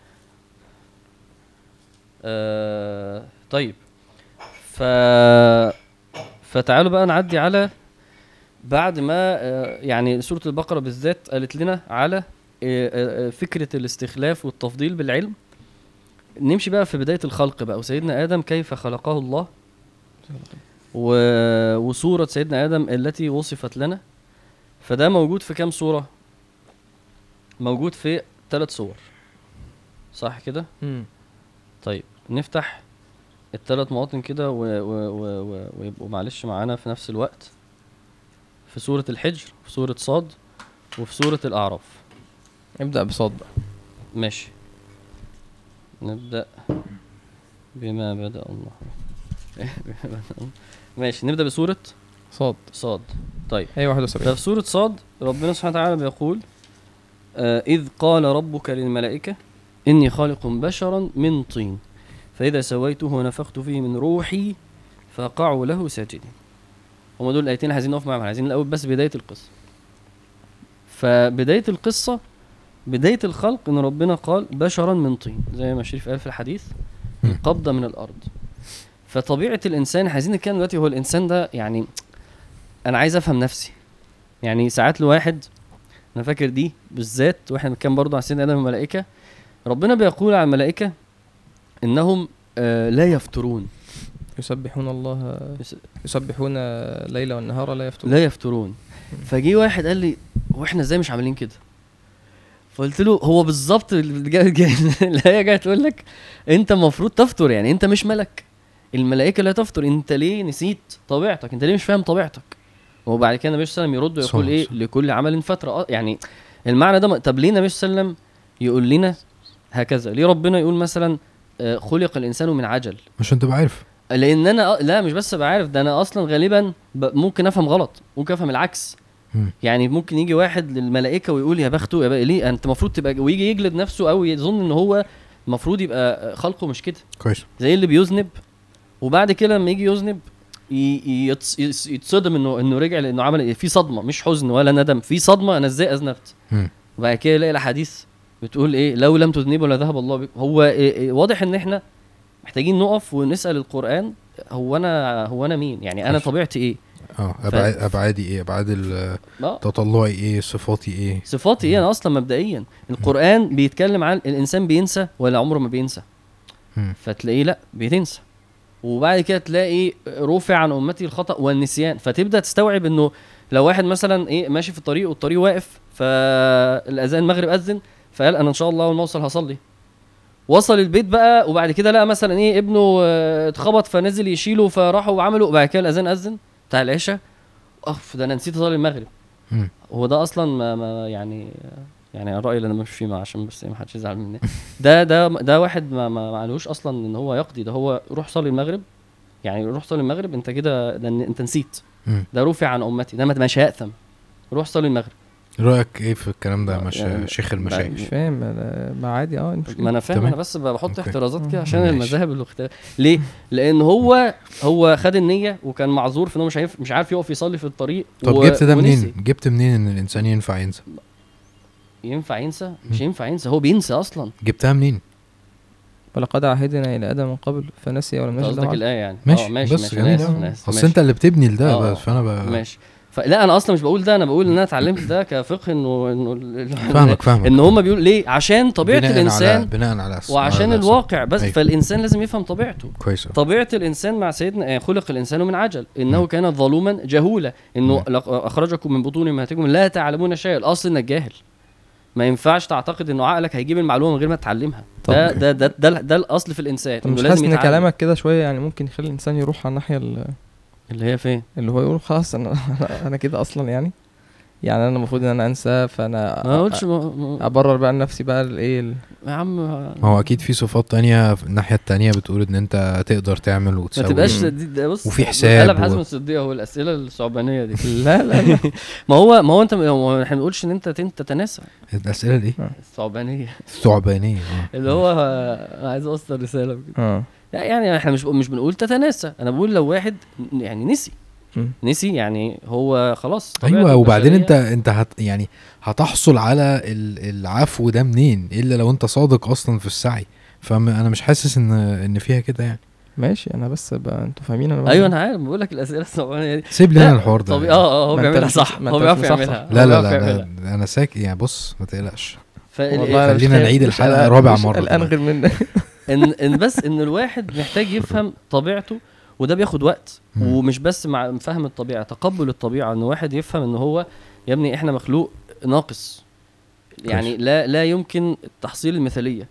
آه طيب ف فتعالوا بقى نعدي على بعد ما آه يعني سورة البقرة بالذات قالت لنا على آه آه فكرة الاستخلاف والتفضيل بالعلم. نمشي بقى في بداية الخلق بقى، وسيدنا آدم كيف خلقه الله، و... وصورة سيدنا آدم التي وصفت لنا. فده موجود في كام صورة؟ موجود في ثلاث صور، صح كده؟ مم. طيب نفتح الثلاث مواطن كده و... و... و... و... ويبقوا معلش معانا في نفس الوقت، في سورة الحجر، في سورة صاد، وفي سورة الأعراف. ابدأ بصاد بقى. ماشي، نبدأ بما بدأ الله. بما بدأ الله. ماشي، نبدأ بسورة صاد صاد. طيب هي واحد وسبعين. ففي سورة صاد ربنا سبحانه وتعالى بيقول آه إذ قال ربك للملائكة إني خالق بشرا من طين فإذا سويته ونفخت فيه من روحي فقعوا له ساجدين. هم دول الآيتين عايزين نقف معاهم، عايزين الأول بس بداية القصة. فبداية القصة بداية الخلق إن ربنا قال بشرا من طين زي ما شريف قال في الحديث، قبضة من الأرض. فطبيعة الإنسان عايزين نتكلم دلوقتي، هو الإنسان ده يعني أنا عايز أفهم نفسي. يعني ساعات لواحد، أنا فاكر دي بالذات وإحنا بنتكلم برضو عن سيدنا آدم والملائكة، ربنا بيقول على الملائكة إنهم آه لا يفترون، يسبحون الله يس- يسبحون الليل والنهار لا يفترون. لا يفترون. فجي واحد قال لي واحنا ازاي مش عاملين كده؟ فقلت له هو بالظبط اللي جاي جاي اللي هي جايه تقول لك انت المفروض تفطر، يعني انت مش ملك، الملائكه لا تفطر، انت ليه نسيت طبيعتك، انت ليه مش فاهم طبيعتك. وبعد كده النبي صلى الله عليه وسلم يرد ويقول ايه لكل عمل فتره، يعني المعنى ده. طب ليه النبي صلى الله عليه وسلم يقول لنا هكذا؟ ليه ربنا يقول مثلا خلق الانسان من عجل؟ مش انت بعرف، لان انا لا مش بس بعرف ده، انا اصلا غالبا ممكن افهم غلط، ممكن افهم العكس. م. يعني ممكن يجي واحد للملائكه ويقول يا بخته يا بقى ليه انت المفروض تبقى، ويجي يجلد نفسه او يظن ان هو المفروض يبقى خلقه مش كده. كويس. زي اللي بيذنب وبعد كده لما يجي يذنب يتصدم انه انه رجع لانه عمل في صدمه، مش حزن ولا ندم، في صدمه انا ازاي اذنبت. وبعد كده يلاقي الحديث بتقول ايه لو لم تذنبوا لذهب الله بكم. هو إيه إيه واضح ان احنا محتاجين نقف ونسال القران هو انا هو انا مين، يعني انا طبيعتي ايه، اه ابعاد ابعادي ايه، ابعاد تطلعي ايه، صفاتي ايه، صفاتي ايه. انا اصلا مبدئيا القران بيتكلم عن الانسان بينسى ولا عمره ما بينسى، فتلاقيه لا بيتنسى. وبعد كده تلاقي رفع عن امتي الخطا والنسيان، فتبدا تستوعب انه لو واحد مثلا ايه ماشي في الطريق والطريق واقف، فالاذان المغرب اذن، فقال انا ان شاء الله اول ما اوصل هصلي، وصل البيت بقى وبعد كده لقى مثلا ايه ابنه اتخبط فنزل يشيله فراحوا وعملوا، وبعد كده الاذان اذن بتاع العشاء، اف ده انا نسيت اصلي المغرب. هو ده اصلا ما, ما يعني يعني الراي اللي انا مش فيه عشان بس ما حدش يزعل مني ده ده ده واحد ما ما معلوش اصلا ان هو يقضي، ده هو روح صلي المغرب، يعني روح صلي المغرب انت كده انت نسيت، ده رفع عن امتي، ده مش هيأثم، روح صلي المغرب. رايك ايه في الكلام ده مش يعني شيخ المشايخ؟ مش فاهم ما عادي اه ما انا فاهم، انا بس بحط احترازات كده عشان المذاهب الاختلاف. ليه؟ لان هو هو خد النيه وكان معذور في انه مش عارف مش عارف يقف يصلي في الطريق. طب و... جبت ده منين؟ جبت منين ان الانسان ينفع ينسى؟ ينفع ينسى؟ مش ينفع ينسى، هو بينسى اصلا. جبتها منين؟ ولقد عهدنا الى ادم من قبل فنسي ولم نجد له قصدك الايه يعني؟ ماشي ماشي ماشي ماشي اصل انت اللي بتبني لده بس، فانا ب... ماشي. فلا انا اصلا مش بقول ده، انا بقول ان انا اتعلمت ده كفقه انه انه فاهمك فاهمك ان هم بيقولوا ليه عشان طبيعه بناء الانسان على بناء على وعشان على الواقع بس. أيوه. فالانسان لازم يفهم طبيعته كويس. طبيعه الانسان مع سيدنا خلق الانسان من عجل انه م. كان ظلوما جهولا، انه م. اخرجكم من بطون امهاتكم لا تعلمون شيئا. الاصل انك جاهل، ما ينفعش تعتقد انه عقلك هيجيب المعلومه من غير ما تتعلمها. ده ده ده ده, ده الاصل في الانسان، انه لازم يتعلم. كلامك كده شويه يعني ممكن يخلي الانسان يروح على الناحيه اللي هي فين، اللي هو يقول خلاص انا انا كده اصلا، يعني يعني انا المفروض ان انا انسى، فانا ما اقولش ابرر بقى لنفسي بقى الايه يا عم. ما هو اكيد في صفات تانية في الناحيه التانية بتقول ان انت تقدر تعمل وتسوي، ما تبقاش بص وفي حساب قلب حزم الصديق. هو الاسئله الصعبانيه دي لا لا ما هو ما هو انت احنا ما بنقولش ان انت تتناسى الاسئله دي الصعبانيه الصعبانيه اللي هو عايز اوصل رساله اه يعني احنا مش مش بنقول تتناسى، انا بقول لو واحد يعني نسي نسي يعني هو خلاص. ايوه وبعدين انت انت هت يعني هتحصل على العفو ده منين الا لو انت صادق اصلا في السعي؟ فانا مش حاسس ان ان فيها كده يعني. ماشي انا بس بقى انتوا فاهمين انا ايوه انا عارف بقول لك الاسئله الصعبانيه دي سيب لي انا الحوار ده. طب اه اه هو بيعملها صح، هو بيعرف يعملها. لا لا لا انا ساكت يعني، بص ما تقلقش والله خلينا نعيد الحلقه رابع مره الان غير منك ان ان بس ان الواحد محتاج يفهم طبيعته، وده بياخد وقت. ومش بس مع فهم الطبيعه، تقبل الطبيعه، ان واحد يفهم ان هو يا ابني احنا مخلوق ناقص، يعني لا لا يمكن تحصيل المثاليه.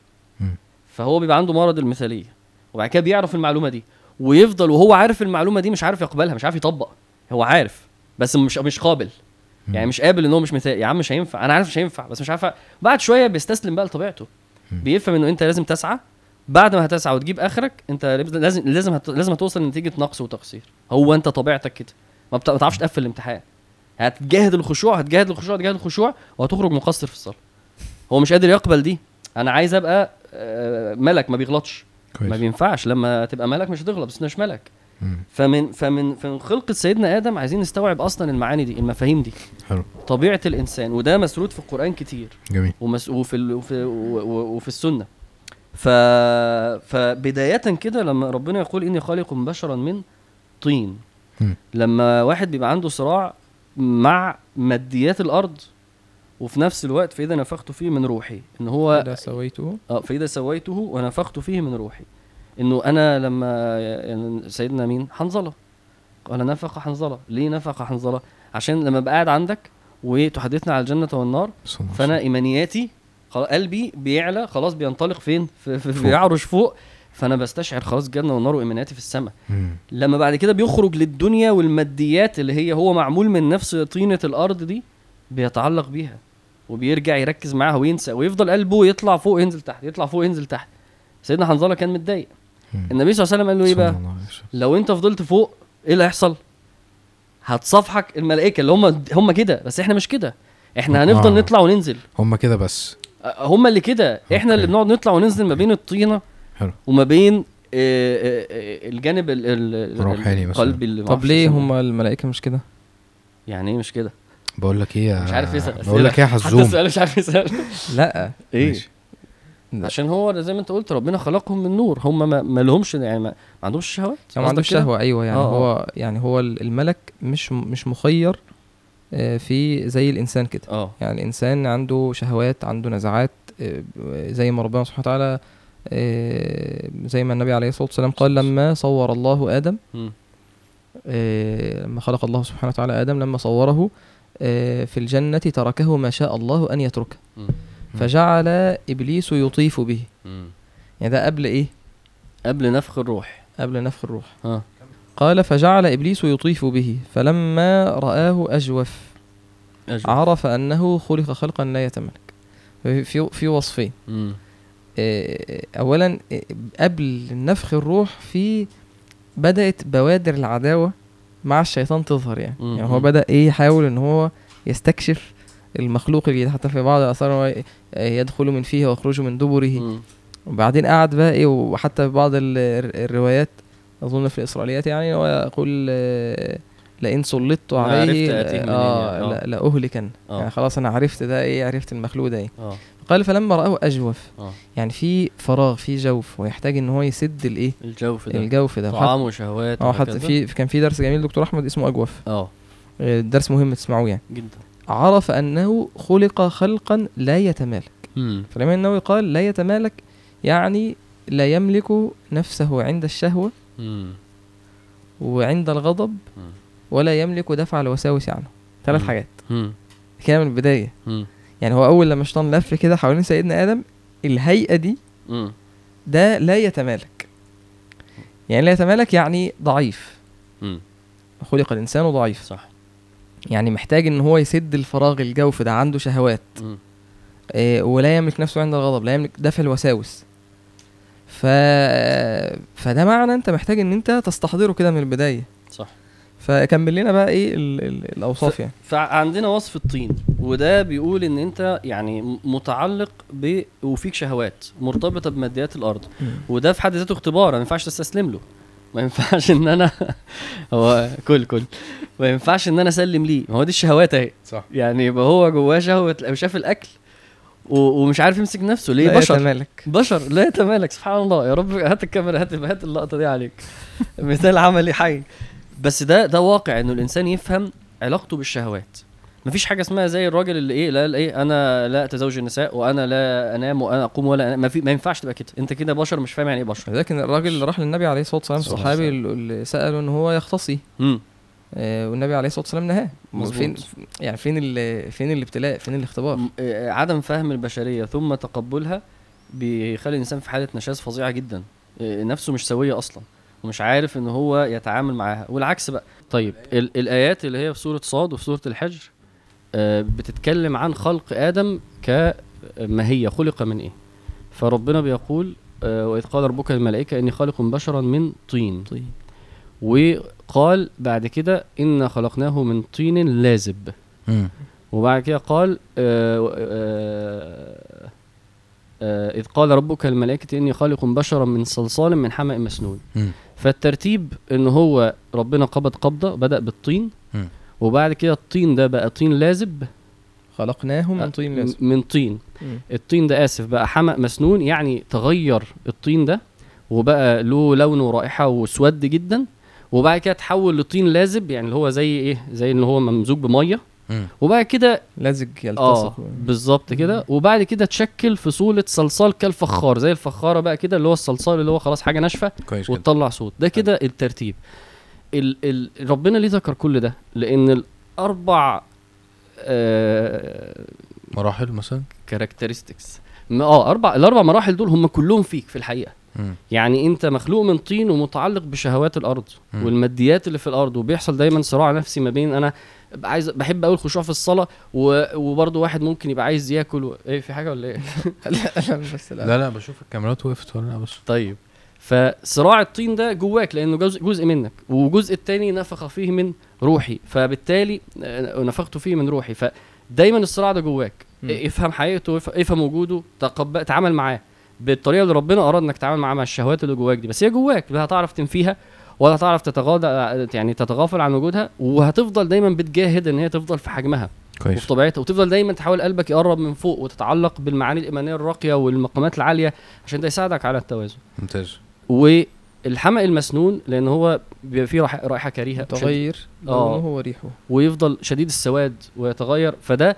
فهو بيبقى عنده مرض المثاليه، وبعد كده بيعرف المعلومه دي ويفضل وهو عارف المعلومه دي مش عارف يقبلها، مش عارف يطبق. هو عارف بس مش مش قابل، يعني مش قابل ان هو مش مثالي. يا عم مش هينفع، انا عارف مش هينفع بس مش عارف. بعد شويه بيستسلم بقى لطبيعته، بيفهم انه انت لازم تسعى. بعد ما هتسعى وتجيب اخرك انت لازم لازم هت... لازم هتوصل لنتيجه نقص وتقصير. هو انت طبيعتك كده، ما بتعرفش تقفل الامتحان. هتجاهد الخشوع هتجاهد الخشوع هتجاهد الخشوع وهتخرج مقصر في الصلاه. هو مش قادر يقبل دي. انا عايز ابقى ملك ما بيغلطش، ما بينفعش. لما تبقى ملك مش هتغلط، بس مش ملك. فمن فمن في خلقة سيدنا آدم عايزين نستوعب أصلا المعاني دي، المفاهيم دي. حلو. طبيعة الإنسان، وده مسرود في القرآن كتير. جميل. ومس... وفي ال... وفي وفي السنة. ف... فبداية كده لما ربنا يقول إني خالق بشرا من طين، م. لما واحد بيبقى عنده صراع مع ماديات الأرض وفي نفس الوقت فإذا نفخت فيه من روحي، إن هو فإذا سويته اه فإذا سويته ونفخت فيه من روحي، إنه أنا لما يعني سيدنا مين حنظلة قال نفخ حنظلة. ليه نفخ حنظلة؟ عشان لما بقى قاعد عندك وتحدثنا على الجنة والنار، فأنا إيمانياتي خلاص قلبي بيعلى خلاص بينطلق فين في في فوق. بيعرش فوق، فانا بستشعر خلاص جنة والنار وإيماناتي في السماء. مم. لما بعد كده بيخرج للدنيا والماديات اللي هي هو معمول من نفس طينة الأرض دي، بيتعلق بيها وبيرجع يركز معاها وينسى، ويفضل قلبه يطلع فوق ينزل تحت، يطلع فوق ينزل تحت. سيدنا حنظلة كان متضايق. مم. النبي صلى الله عليه وسلم قال له ايه صلى بقى؟ الله عليه وسلم. لو انت فضلت فوق ايه اللي هيحصل؟ هتصافحك الملائكة اللي هم هم كده، بس احنا مش كده، احنا هنفضل آه. نطلع وننزل. هم كده بس. هم اللي كده، احنا أوكي. اللي بنقعد نطلع وننزل ما بين الطينة حلو. وما بين آه، آه، آه، الجانب ال- ال- روحاني مثلا. القلبي اللي طب معرفش ليه يسموه. هم الملائكه مش كده؟ يعني ايه مش كده؟ بقول لك ايه يا- مش عارف يسأل بقول لك ايه يا حتى حزوم. السؤال مش عارف يسأل لا ايه ماشي. لا. عشان هو زي ما انت قلت ربنا خلقهم من نور، هم ما, ما لهمش يعني ما, ما عندهمش شهوات. ما عندوش قصدك كده؟ شهوه، ايوه يعني آه، هو يعني هو الملك مش مش مخير آه، في زي الانسان كده. اه يعني الانسان عنده شهوات، عنده نزعات، آه، زي ما ربنا سبحانه وتعالى آه، زي ما النبي عليه الصلاه والسلام قال لما صور الله ادم، مم. آه، لما خلق الله سبحانه وتعالى ادم لما صوره آه، في الجنه تركه ما شاء الله ان يتركه، مم. فجعل ابليس يطيف به. مم. يعني ده قبل ايه؟ قبل نفخ الروح. قبل نفخ الروح. اه قال فجعل ابليس يطيف به فلما رآه اجوف أجل. عرف انه خلق خلقا لا يتملك. في في- في وصفين. مم. آه، اولا آه، قبل نفخ الروح في بدأت بوادر العداوة مع الشيطان تظهر يعني. مم. يعني هو بدأ ايه يحاول ان هو يستكشف المخلوق الجديد، حتى في بعض الآثار هو يدخل من فيه ويخرج من دبره. مم. وبعدين قعد بقى ايه، وحتى في بعض ال- الر- الروايات اظن في الاسرائيليات يعني هو يقول آه، لئن سلطت عرفت عليه آتيه منين اه يعني. لا- لأهلكن. آه. يعني خلاص انا عرفت ده ايه، عرفت المخلوق ده ايه. اه قال فلما رآه اجوف، اه يعني في فراغ، في جوف، ويحتاج ان هو يسد الايه الجوف ده الجوف ده. طعام وشهوات اه حتى وهكذا. في كان في درس جميل دكتور احمد اسمه اجوف، اه آه، درس مهم تسمعوه يعني. جدا. عرف انه خلق خلقا لا يتمالك. مم. فالإمام النووي قال لا يتمالك يعني لا يملك نفسه عند الشهوة مم. وعند الغضب مم. ولا يملك دفع الوساوس عنه. ثلاث مم. حاجات مم. كده من البداية. مم. يعني هو أول لما الشيطان لف كده حوالين سيدنا آدم، الهيئة دي مم. ده لا يتمالك. يعني لا يتمالك يعني ضعيف، مم. خلق الإنسان ضعيف، صح. يعني محتاج إن هو يسد الفراغ الجوف ده، عنده شهوات مم. آه، ولا يملك نفسه عند الغضب، لا يملك دفع الوساوس. ف... فده معنى انت محتاج ان انت تستحضره كده من البداية. صح. فكمل لنا بقى ايه ال... ال... الاوصاف يعني. فعندنا وصف الطين، وده بيقول ان انت يعني م- متعلق ب وفيك شهوات مرتبطه بماديات الارض، وده في حد ذاته اختبار، ما ينفعش تستسلم له، ما ينفعش ان انا هو كل كل ما ينفعش ان انا اسلم ليه، ما هو دي الشهوات اهي. صح. يعني يبقى هو جواه شهوه وشاف الاكل و... ومش عارف يمسك نفسه ليه. لا بشر يتمالك. بشر لا يتمالك. سبحان الله. يا رب هات الكاميرا، هات هات اللقطه دي عليك مثال عملي حي. بس ده ده واقع انه الانسان يفهم علاقته بالشهوات. مفيش حاجه اسمها زي الراجل اللي ايه لا لا ايه انا لا اتزوج النساء وانا لا انام وانا اقوم ولا أنام. ما في ما ينفعش تبقى كده، انت كده بشر مش فاهم يعني ايه بشر. لكن الراجل اللي راح للنبي عليه الصلاة والسلام، صلى الله الصحابي عليه اللي اللي سأله ان هو يختصي، امم آه والنبي عليه الصلاة والسلام نهاه. مظبوط. فين يعني فين ال... فين الابتلاء، فين الاختبار؟ م- آه، عدم فهم البشريه ثم تقبلها بيخلي الانسان في حاله نشاز فظيعه جدا، آه، نفسه مش سويه اصلا ومش عارف ان هو يتعامل معاها، والعكس بقى. طيب ال- الايات اللي هي في سوره صاد وفي سوره الحجر آه، بتتكلم عن خلق ادم كماهيه، خلق من ايه. فربنا بيقول آه، واذ قال ربك للملائكه اني خالق بشرا من طين، طيب. وقال بعد كده إنا خلقناه من طين لازب، مم. وبعد كده قال آه آه آه إذ قال ربك للملائكة إني خالق بشرا من صلصال من حمأ مسنون. مم. فالترتيب إن هو ربنا قبض قبضة بدأ بالطين، مم. وبعد كده الطين ده بقى طين لازب خلقناه من طين لازم. من طين. مم. الطين ده آسف بقى حمأ مسنون، يعني تغير الطين ده وبقى له لون ورائحة وسود جدا، وبعد كده تحول لطين لازب، يعني اللي هو زي ايه، زي ان هو ممزوج بميه، مم. وبعد كده لازج اه يلتصق. بالظبط كده، وبعد كده تشكل في صوره صلصال كالفخار، زي الفخاره بقى كده، اللي هو الصلصال اللي هو خلاص حاجه ناشفه كويس جدا. وتطلع صوت. ده كده الترتيب. ال ال ربنا ليه ذكر كل ده؟ لان الاربع آه مراحل مثلا. كاركترستكس م- اه اربع الاربع مراحل دول هم كلهم فيك في الحقيقه. مم. يعني انت مخلوق من طين ومتعلق بشهوات الارض مم. والماديات اللي في الارض، وبيحصل دايما صراع نفسي ما بين انا عايز بحب قوي الخشوع في الصلاه و... وبرضه واحد ممكن يبقى عايز ياكل و... ايه في حاجه ولا ايه؟ لا لا بس لا, لا لا بشوف الكاميرات وقفت ولا لا بس. طيب فصراع الطين ده جواك لانه جزء جزء منك، والجزء التاني نفخ فيه من روحي، فبالتالي آه، نفخت فيه من روحي، فدايما الصراع ده جواك. مم. افهم حقيقته، افهم- افهم وجوده، تقبل تعامل معاه بالطريقه اللي ربنا اراد انك تتعامل معاه، مع الشهوات اللي جواك دي، بس هي جواك لا هتعرف تنفيها ولا هتعرف تتغاضى يعني تتغافل عن وجودها، وهتفضل دايما بتجاهد ان هي تفضل في حجمها وفي كويس. طبيعتها، وتفضل دايما تحاول قلبك يقرب من فوق وتتعلق بالمعاني الايمانيه الراقيه والمقامات العاليه عشان ده يساعدك على التوازن. ممتاز. والحمأ المسنون لان هو بيبقى فيه رائحه رائحة كريهه شديد- تغير آه. لونه وريحه. ويفضل شديد السواد ويتغير، فده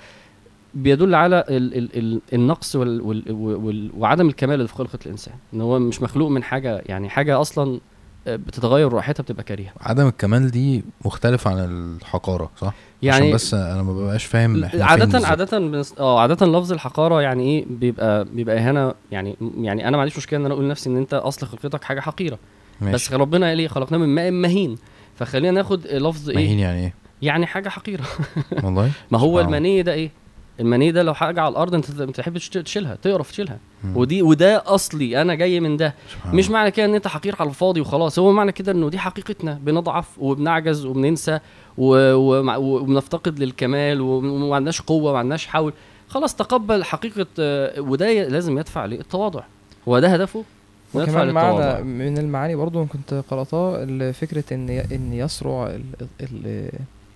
بيدل على ال ال ال النقص وال وال وال وعدم الكمال اللي في خلقة الإنسان، إن هو مش مخلوق من حاجة، يعني حاجة أصلا بتتغير رائحتها بتبقى كريهة. عدم الكمال دي مختلف عن الحقارة صح؟ يعني عشان بس انا ما ببقاش فاهم احنا فين عادة بالظبط. عادة بنس... اه عادة لفظ الحقارة يعني ايه بيبقى بيبقى اهانة، يعني يعني انا ما عنديش مشكلة ان انا اقول لنفسي ان انت اصل خلقتك حاجة حقيرة، ماشي. بس ربنا قال ايه خلقنا من ماء مهين، فخلينا ناخد لفظ ايه مهين يعني ايه؟ يعني حاجة حقيرة. والله ما هو سبحان المني ده ايه؟ المني ده لو حاجة على الارض انت ما تحبش تشيلها، تقرف تشيلها، مم. ودي وده اصلي انا جاي من ده. سبحان مش الله. معنى كده ان انت حقير على الفاضي وخلاص، هو معنى كده انه دي حقيقتنا، بنضعف وبنعجز وبننسى و- ومع- وبنفتقد للكمال وما عندناش قوه وما عندناش حول، خلاص تقبل حقيقه، آه، وده ي- لازم يدفع للتواضع، هو ده هدفه ويدفع وكمان معنى للتواضع. من المعاني برضو كنت قرأتها ال- فكرة ان ي- ان يسرع ال ال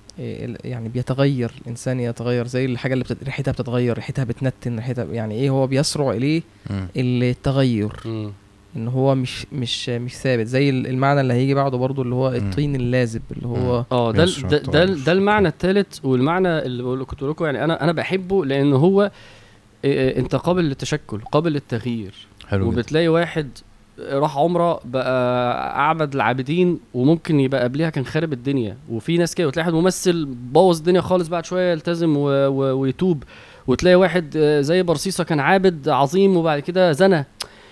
ال يعني بيتغير الانسان، يتغير زي الحاجه اللي بتت... ريحتها بتتغير، ريحتها بتنتن، ريحتها يعني ايه، هو بيسرع اليه مم. التغير، مم. ان هو مش مش مش ثابت، زي ال- المعنى اللي هيجي بعده برضو اللي هو مم. الطين اللازب اللي هو اه ده يسرع ده ده, التغير. ده المعنى الثالث، والمعنى اللي بقول كنت لكم يعني انا انا بحبه لان هو آه، آه، انت قابل للتشكل، قابل للتغيير. حلو جدا. وبتلاقي واحد راح عمره بقى اعبد العابدين وممكن يبقى قبلها كان خارب الدنيا، وفي ناس كده، وتلاقي واحد ممثل بوظ الدنيا خالص بعد شويه يلتزم و... و... ويتوب، وتلاقي واحد آه، زي برصيصه كان عابد عظيم وبعد كده زنى.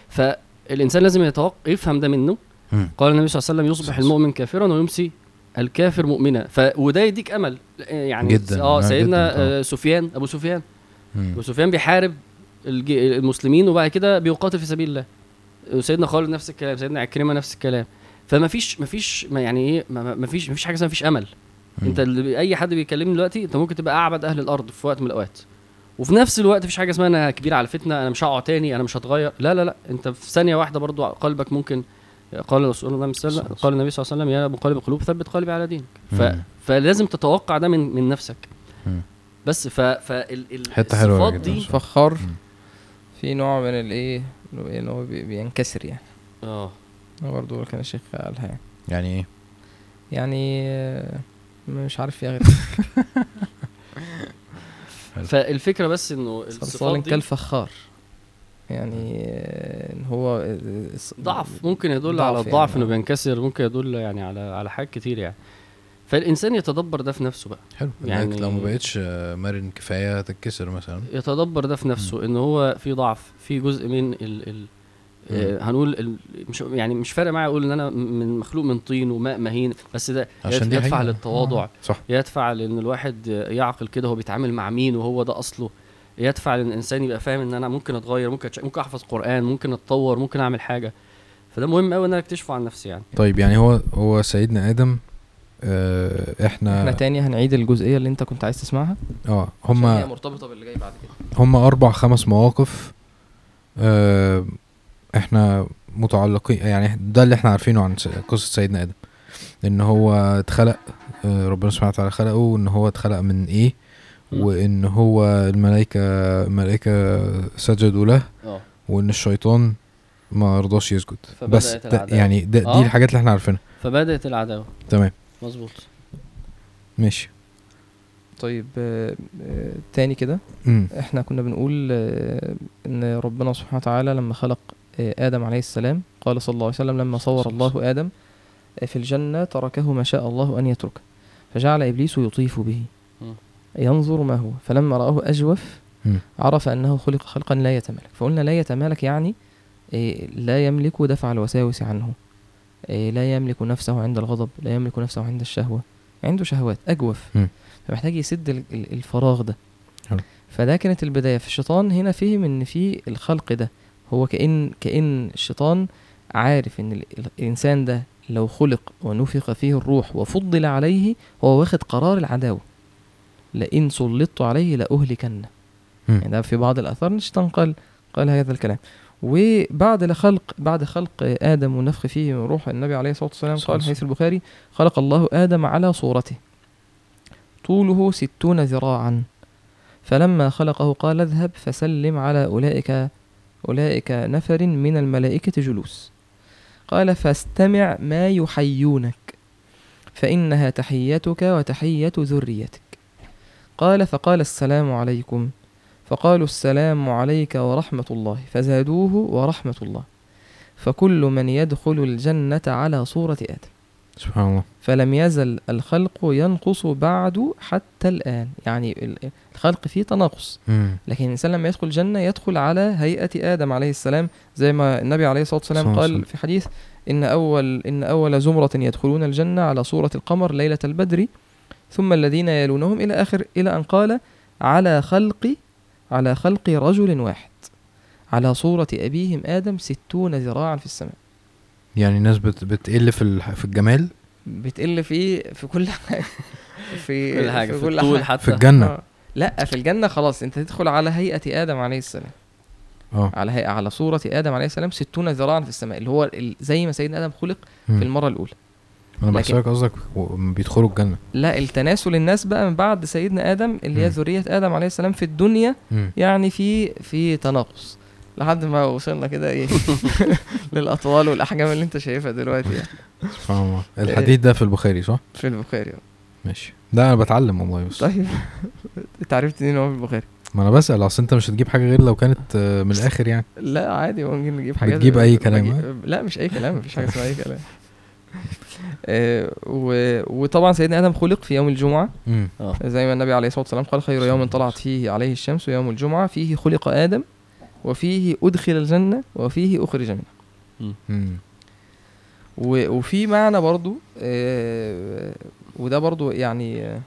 فالانسان لازم يتوقع يفهم ده منه. مم. قال النبي صلى الله عليه وسلم يصبح المؤمن كافرا ويمسي الكافر مؤمنا، ف وده يديك امل يعني. جداً. اه آه، سيدنا جداً طبعاً. آه سفيان ابو سفيان مم. ابو سفيان بيحارب الج- المسلمين وبعد كده بيقاتل في سبيل الله. وسيدنا خالد نفس الكلام، سيدنا عكرمه نفس الكلام. فما فيش ما فيش ما يعني ايه ما ما فيش ما فيش حاجه اسمها ما فيش امل. مم. انت اللي اي حد بيكلمني دلوقتي انت ممكن تبقى اعبد اهل الارض في وقت من الاوقات، وفي نفس الوقت مفيش حاجه اسمها انا كبير على الفتنه، انا مش هقع تاني، انا مش هتغير. لا لا لا انت في ثانيه واحده برضو قلبك ممكن. قال رسول الله صلى الله عليه وسلم، قال النبي صلى الله عليه وسلم يا مقلب القلوب ثبت قلبي على دينك. ف مم. فلازم تتوقع ده من من نفسك. مم. بس ف فال ال- حتة حلوة الصفات جداً. دي فخار مم. في نوع من الايه ان هو بي- بينكسر يعني. اه هو برضه كان الشيخ قالها يعني. يعني ايه؟ يعني آه، مش عارف فيها غير فالفكره بس انه صلصال الصفات دي كالفخار، يعني آه، ان هو آه، الص- ضعف ممكن يدل ضعف على الضعف يعني. انه بينكسر، ممكن يدل يعني على على حاجات كتير يعني. فالانسان يتدبر ده في نفسه بقى، حلو يعني- يعني لو ما بقتش آه، مرن كفايه هتتكسر مثلا. يتدبر ده في نفسه ان هو في ضعف، في جزء من ال ال آه هنقول ال مش يعني مش فارق معايا اقول ان انا من مخلوق من طين وماء مهين، بس ده عشان دي يدفع حقيقة. للتواضع، آه، صح. يدفع لان الواحد يعقل كده هو بيتعامل مع مين وهو ده اصله، يدفع لان الانسان يبقى فاهم ان انا ممكن اتغير، ممكن أتش... ممكن احفظ قران، ممكن اتطور، ممكن اعمل حاجه. فده مهم قوي ان انا اكتشفه عن نفسي يعني. طيب يعني هو هو سيدنا ادم آه احنا احنا تاني هنعيد الجزئيه اللي انت كنت عايز تسمعها اه عشان هي هم مرتبطه باللي جاي بعد كده. هم اربع خمس مواقف آه احنا متعلقين، يعني ده اللي احنا عارفينه عن س- قصه سيدنا ادم، ان هو اتخلق آه ربنا سبحانه وتعالى خلقه، وان هو اتخلق من ايه، م. وان هو الملائكه الملائكه سجدوا له، اه وان الشيطان ما رضاش يسجد. فبدأت بس ده العداوة. يعني ده دي آه. الحاجات اللي احنا عارفينها. فبدات العداوه. تمام مظبوط. ماشي. طيب آه، آه، تاني كده امم احنا كنا بنقول آه، ان ربنا سبحانه وتعالى لما خلق آه، ادم عليه السلام قال صلى الله عليه وسلم لما صور الله ادم آه، في الجنه تركه ما شاء الله ان يتركه فجعل ابليس يطيف به م. ينظر ما هو فلما راه اجوف مم. عرف أنه خلق خلقا لا يتمالك. فقلنا لا يتمالك يعني إيه، لا يملك دفع الوساوس عنه، إيه، لا يملك نفسه عند الغضب، لا يملك نفسه عند الشهوة، عنده شهوات أجوف، مم. فمحتاج يسد ال- ال- الفراغ ده. حلو. فده كانت البداية. في الشيطان هنا فهم ان في الخلق ده هو كأن كأن الشيطان عارف ان ال- الانسان ده لو خلق ونفخ فيه الروح وفضل عليه، هو واخد قرار العداوة، لئن سلطت عليه لأهلكنه. مم. يعني ده في بعض الآثار الشيطان قال قال هذا الكلام. وبعد لخلق بعد خلق آدم ونفخ فيه من روح، النبي عليه الصلاة والسلام قال حديث البخاري: خلق الله آدم على صورته طوله ستون ذراعا، فلما خلقه قال: اذهب فسلم على أولئك أولئك نفر من الملائكة جلوس. قال: فاستمع ما يحيونك فإنها تحيتك وتحية ذريتك. قال: فقال: السلام عليكم. فقالوا: السلام عليك ورحمة الله. فزادوه: ورحمة الله. فكل من يدخل الجنة على صورة آدم. سبحان الله. فلم يزل الخلق ينقص بعد حتى الآن. يعني ال- الخلق فيه تناقص، مم. لكن الإنسان لما يدخل الجنة يدخل على هيئة آدم عليه السلام، زي ما النبي عليه الصلاة والسلام صلى الله عليه قال وسلم. في حديث: إن أول إن أول زمرة يدخلون الجنة على صورة القمر ليلة البدر، ثم الذين يلونهم إلى آخر، إلى أن قال: على خلق على خلق رجل واحد على صورة أبيهم آدم ستون ذراعا في السماء. يعني الناس بت... بتقل في الح... في الجمال بتقل في في كل حاجة، في كل حاجه في كل الطول حاجة. حتى في الجنة. آه. لا، في الجنة خلاص انت تدخل على هيئة آدم عليه السلام، اه على هيئة على صورة آدم عليه السلام ستون ذراعا في السماء، اللي هو ال- زي ما سيدنا آدم خلق مم. في المرة الأولى. انا لكن- بحسبك قصدك و- بيدخلوا الجنة. لا، التناسل الناس بقى من بعد سيدنا آدم اللي هي مم. ذرية آدم عليه السلام في الدنيا، مم. يعني في في تناقص لحد ما وصلنا كده ايه للأطوال والأحجام اللي انت شايفها دلوقتي يعني. سبحان الله. الحديث ده في البخاري صح؟ في البخاري. ماشي. ده انا بتعلم والله. بس طيب انت عرفت منين هو في البخاري؟ ما انا بسأل، اصل انت مش هتجيب حاجة غير لو كانت آه، من الاخر يعني. لا عادي، ممكن نجيب حاجات. بتجيب أي كلام، بجيب... لا مش اي كلام، مفيش حاجه اسمها اي كلام. آه و... وطبعا سيدنا ادم خلق في يوم الجمعه، مم. اه زي ما النبي عليه الصلاه والسلام قال: خير يوم طلعت فيه عليه الشمس يوم الجمعه، فيه خلق ادم وفيه ادخل الجنه وفيه اخرج منها. مم. و... وفي معنى برضو آه وده برضو يعني آه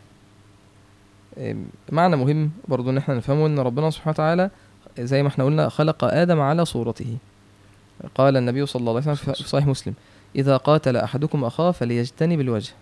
آه، معنى مهم برضو ان احنا نفهمه، ان ربنا سبحانه وتعالى زي ما احنا قلنا خلق آدم على صورته. قال النبي صلى الله عليه وسلم في صحيح مسلم: إذا قاتل أحدكم أخاه فليجتنب الوجه،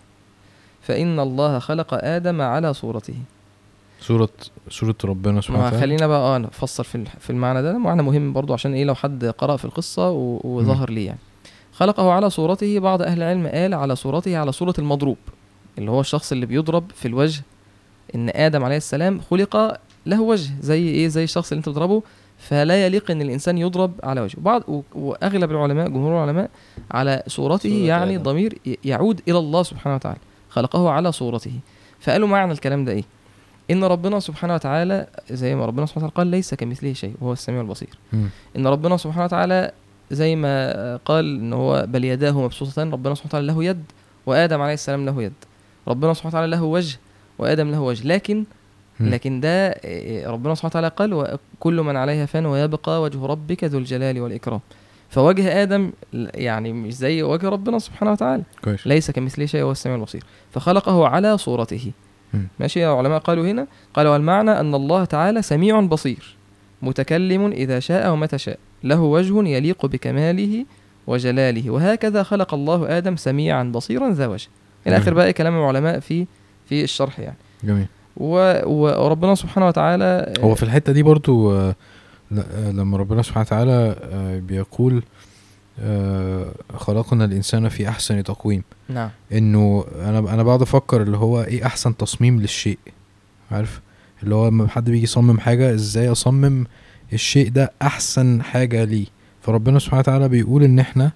فإن الله خلق آدم على صورته. سورة سورة ربنا سبحانه ما وتعالى. خلينا بقى اه نفسر في الح- في المعنى ده، معنى مهم برضو عشان ايه لو حد قرأ في القصة و- وظهر ليه يعني. خلقه على صورته، بعض أهل العلم قال على صورته على صورة المضروب، اللي هو الشخص اللي بيضرب في الوجه. إن آدم عليه السلام خلق له وجه زي ايه زي الشخص اللي انت بتضربه، فلا يليق ان الانسان يضرب على وجهه. بعض و- واغلب العلماء جمهور العلماء على صورته، صورة يعني آدم. ضمير ي- يعود الى الله سبحانه وتعالى، خلقه على صورته. فقالوا معنى الكلام ده ايه؟ ان ربنا سبحانه وتعالى زي ما ربنا سبحانه وتعالى قال: ليس كمثله شيء وهو السميع البصير. مم. ان ربنا سبحانه وتعالى زي ما قال ان هو بل يداه مبسوطتان، ربنا سبحانه وتعالى له يد وادم عليه السلام له يد. ربنا سبحانه وتعالى له وجه وادم له وجه، لكن مم. لكن ده إيه، ربنا سبحانه وتعالى قال: وكل من عليها فان ويبقى وجه ربك ذو الجلال والإكرام. فوجه آدم ل- يعني مش زي وجه ربنا سبحانه وتعالى، كويس. ليس كمثله شيء وهو السميع البصير. فخلقه على صورته. مم. ماشي. العلماء قالوا هنا قالوا المعنى أن الله تعالى سميع بصير متكلم إذا شاء ومتى شاء، له وجه يليق بكماله وجلاله، وهكذا خلق الله آدم سميعا بصيرا ذا وجه. إلى مم. آخر بقى كلام العلماء في في الشرح يعني. جميل. و- وربنا سبحانه وتعالى هو في الحتة دي برضو آه، ل- آه، لما ربنا سبحانه وتعالى آه، بيقول آه، خلقنا الإنسان في أحسن تقويم، نعم إنه أنا أنا بقعد أفكر اللي هو إيه أحسن تصميم للشيء، عارف اللي هو لما حد بيجي يصمم حاجة إزاي أصمم الشيء ده أحسن حاجة ليه. فربنا سبحانه وتعالى بيقول إن إحنا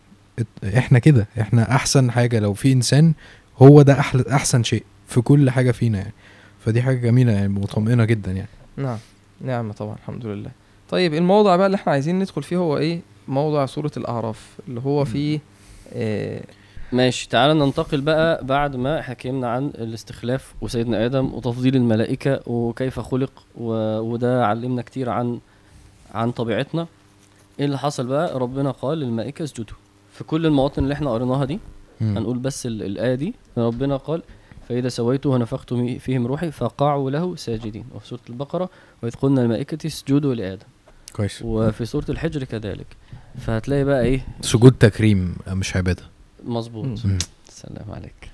إحنا كده إحنا أحسن حاجة. لو في إنسان هو ده أحلى أحسن شيء في كل حاجة فينا يعني. فدي حاجة جميلة يعني مطمئنة جدا يعني. نعم نعم طبعا الحمد لله. طيب الموضوع بقى اللي احنا عايزين ندخل فيه هو ايه؟ موضوع سورة الأعراف اللي هو فيه آه ماشي. تعال ننتقل بقى بعد ما حكينا عن الاستخلاف وسيدنا آدم وتفضيل الملائكة وكيف خلق و... وده علمنا كتير عن عن طبيعتنا. ايه اللي حصل بقى؟ ربنا قال للملائكة اسجدوا في كل المواطن اللي احنا قريناها دي. مم. هنقول بس ال- الآية دي. ربنا قال فإذا سويته ونفخت مي- فيهم روحي فقعوا له ساجدين، وفي سورة البقرة وإذ قلنا للملائكة اسجدوا لآدم، كويس. وفي سورة الحجر كذلك. فهتلاقي بقى ايه سجود تكريم مش عباده. مظبوط. مم. سلام عليك.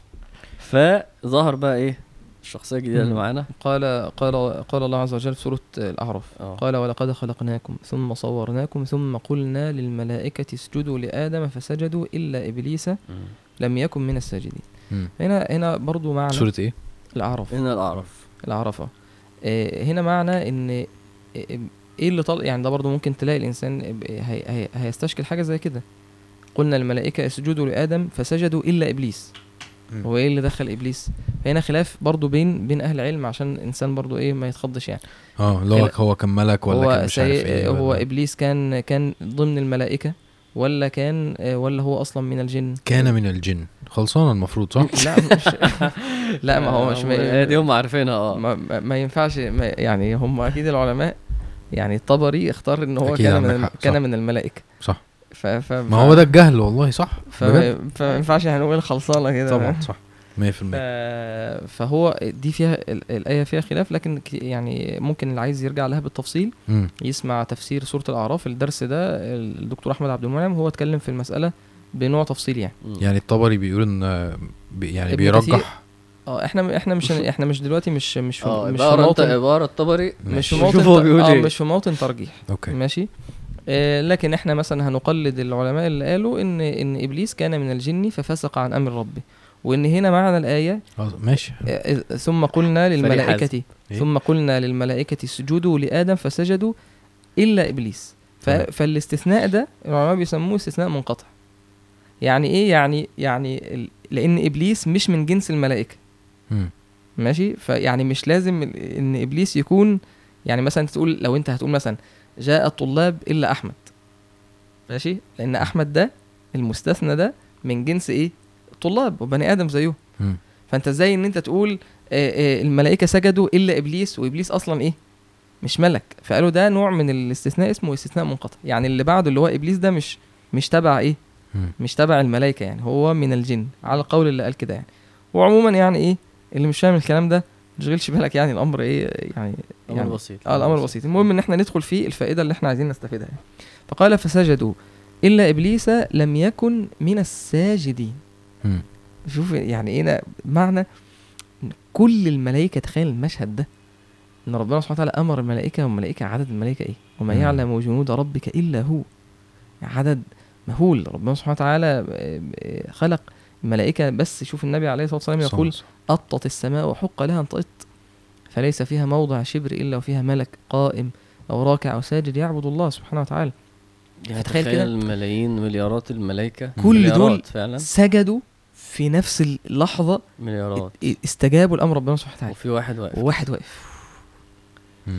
فظهر بقى ايه الشخصية الجديدة اللي مم. معانا. قال قال قال الله عز وجل في سورة الأعراف اه قال ولقد خلقناكم ثم صورناكم ثم قلنا للملائكة اسجدوا لآدم فسجدوا إلا إبليس مم. لم يكن من الساجدين. مم. هنا هنا برضو معنى سورة ايه؟ الأعراف. هنا الأعرف. الأعراف آه. آه، هنا معنى إن آه، إيه اللي طل يعني ده برضو ممكن تلاقي الإنسان هي هي هيستشكل حاجة زي كده. قلنا للملائكة اسجدوا لآدم فسجدوا إلا إبليس. مم. هو ايه اللي دخل ابليس؟ فهنا خلاف برضو بين بين اهل العلم عشان الانسان برضو ايه ما يتخضش يعني. اه اللي هو هو كان ملك ولا هو كان مش عارف سي... ايه هو ولا- ابليس كان كان ضمن الملائكة ولا كان آه، ولا هو اصلا من الجن؟ كان من الجن. خلصانه المفروض صح؟ لا مش لا ما هو مش ما دي هم عارفينها. اه ما, ما, ما ينفعش ما يعني هم اكيد العلماء يعني الطبري اختار ان هو أكيد كان من عندك الم... حق، كان صح. من الملائكة. صح. ف... ف... ما هو ده الجهل والله. صح ف... بجد؟ فما ينفعش يعني نقول خلصانة كده. طبعا صح مية في ف... المية. فهو دي فيها ال- الآية فيها خلاف، لكن ك- يعني ممكن اللي عايز يرجع لها بالتفصيل مم. يسمع تفسير سورة الأعراف. الدرس ده الدكتور أحمد عبد المنعم هو اتكلم في المسألة بنوع تفصيل يعني. مم. يعني الطبري بيقول ان بي يعني ابن بيرجح. اه احنا احنا مش احنا مش دلوقتي مش مش في اه مش في بقرا انت موطن عبارة الطبري. مش في ماشي. موطن شوف هو ت- بيقول اه ايه. مش في موطن ترجيح. اوكي. ماشي. آه لكن احنا مثلا هنقلد العلماء اللي قالوا ان ان ابليس كان من الجن ففسق عن امر ربه، وان هنا معنى الايه خلاص، ماشي. آه، ثم قلنا للملائكه إيه؟ ثم قلنا للملائكه اسجدوا لآدم فسجدوا الا ابليس. ف... تمام. فالاستثناء ده العلماء بيسموه استثناء منقطع. يعني ايه؟ يعني يعني ال- لان ابليس مش من جنس الملائكه. مم. ماشي. فيعني مش لازم ال- ان ابليس يكون يعني مثلا تقول لو انت هتقول مثلا جاء الطلاب الا احمد، ماشي، لان احمد ده المستثنى ده من جنس ايه؟ طلاب وبني ادم زيه. مم. فانت ازاي ان انت تقول آه، آه، الملائكه سجدوا الا ابليس وابليس اصلا ايه؟ مش ملك. فقالوا ده نوع من الاستثناء اسمه استثناء منقطع. يعني اللي بعده اللي هو ابليس ده مش مش تبع ايه؟ مم. مش تبع الملائكه، يعني هو من الجن على القول اللي قال كده يعني. وعموما يعني ايه اللي مش فاهم الكلام ده ما تشغلش بالك، يعني الامر ايه يعني امر يعني بسيط. اه الامر بسيط. المهم ان احنا ندخل في الفائده اللي احنا عايزين نستفيدها يعني. فقال فسجدوا الا ابليس لم يكن من الساجدين. مم. شوف يعني ايه معنى إن كل الملائكه. تخيل المشهد ده ان ربنا سبحانه وتعالى امر الملائكه، والملائكه عدد الملائكه ايه؟ وما مم. يعلم جنود ربك الا هو. عدد مهول. ربنا سبحانه وتعالى آه، آه، خلق الملائكه. بس شوف النبي عليه الصلاه والسلام يقول صح. أطت السماء وحق لها أن تأط فليس فيها موضع شبر إلا وفيها ملك قائم أو راكع أو ساجد يعبد الله سبحانه وتعالى. يعني تخيل تخيل كده. الملايين مليارات الملائكة. كل مليارات دول فعلا سجدوا في نفس اللحظة، مليارات، ا- استجابوا لأمر ربنا سبحانه وتعالى. وفي واحد واقف. وواحد واقف. مم.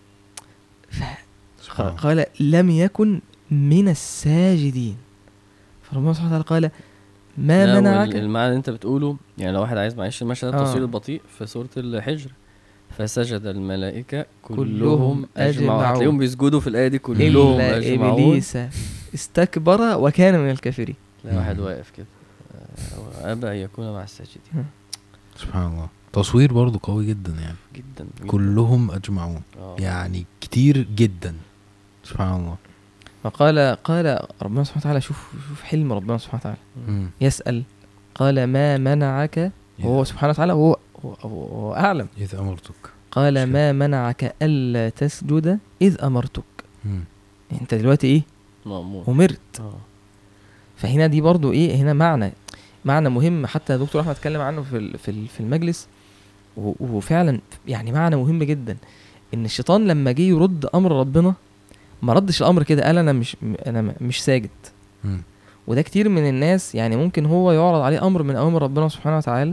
ف- سبحان الله. قال لم يكن من الساجدين. فربنا سبحانه وتعالى قال ما لا، منعك. وال- المعنى اللي انت بتقوله يعني لو واحد عايز معيش المشهد ده آه. التفصيل البطيء في سورة الحجر فسجد الملائكة كلهم كلهم أجمعون. أجمعون. هتلاقيهم بيسجدوا في الآية دي كلهم إلا أجمعون. إبليس استكبر وكان من الكافرين. لا واحد مم. واقف كده آه، أبى أن يكون مع الساجدين. سبحان الله. تصوير برضو قوي جدا يعني. جدا, جداً. كلهم اجمعون آه. يعني كتير جدا. سبحان الله. فقال قال ربنا سبحانه وتعالى شوف شوف حلم ربنا سبحانه وتعالى. مم. يسأل قال ما منعك، وهو سبحانه وتعالى هو هو, هو, هو أعلم. إذ أمرتك. قال شو. ما منعك ألا تسجد إذ أمرتك. مم. أنت دلوقتي إيه؟ مأمور. أمرت. آه. فهنا دي برضو إيه هنا معنى معنى مهم. حتى دكتور أحمد اتكلم عنه في ال- في ال- في المجلس، و- وفعلا يعني معنى مهم جدا. إن الشيطان لما جه يرد أمر ربنا ما ردش الأمر كده، قال أنا مش أنا مش ساجد. مم. وده كتير من الناس يعني ممكن هو يعرض عليه أمر من أوامر ربنا سبحانه وتعالى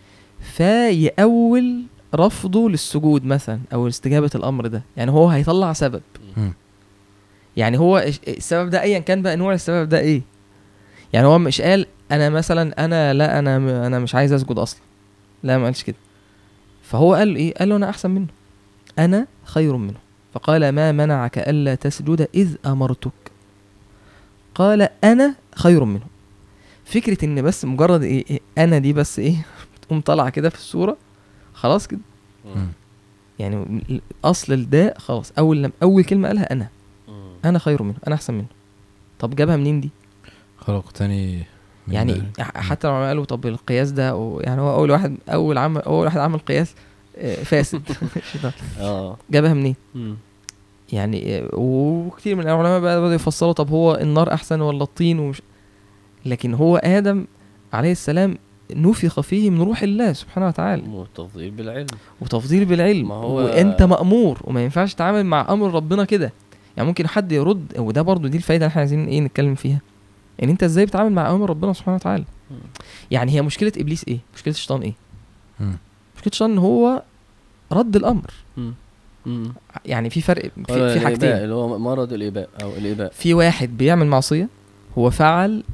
فيأول رفضه للسجود مثلا أو استجابة الأمر ده. يعني هو هيطلع سبب، مم. يعني هو السبب ده أيا كان بقى نوع السبب ده إيه. يعني هو مش قال انا مثلا انا لا انا م- انا مش عايز اسجد اصلا، لا ما قالش كده. فهو قال ايه؟ قال له انا احسن منه، انا خير منه. فقال ما منعك الا تسجد اذ امرتك؟ قال انا خير منه. فكره ان بس مجرد ايه, إيه انا دي بس ايه بتقوم طالعه كده في الصوره خلاص كده، مم. يعني ال- اصل الداء خلاص، اول لم اول كلمه قالها انا مم. انا خير منه، انا احسن منه. طب جابها منين دي؟ خلقتني من يعني نار. ح- حتى لما قالوا طب القياس ده أو يعني هو اول واحد اول عمل اول واحد عمل قياس آه، فاسد الشيطان. اه جابها منين؟ مم. يعني آه، وكتير من العلماء بقى بدأوا يفسروا طب هو النار احسن ولا الطين ومش، لكن هو ادم عليه السلام نفخ فيه من روح الله سبحانه وتعالى، والتفضيل بالعلم. وتفضيل بالعلم، ما هو- وانت مأمور وما ينفعش تتعامل مع امر ربنا كده. يعني ممكن حد يرد، وده برضو دي الفايده اللي احنا عايزين ايه نتكلم فيها، ان انت ازاي بتتعامل مع امر ربنا سبحانه وتعالى. مم. يعني هي مشكله ابليس ايه؟ مشكله الشيطان ايه؟ مم. مشكله الشيطان ان هو رد الامر. مم. مم. يعني في فرق قال في, في الإباء، حاجتين. اللي هو مرض الإباء أو الإباء. في واحد بيعمل معصيه، هو فعل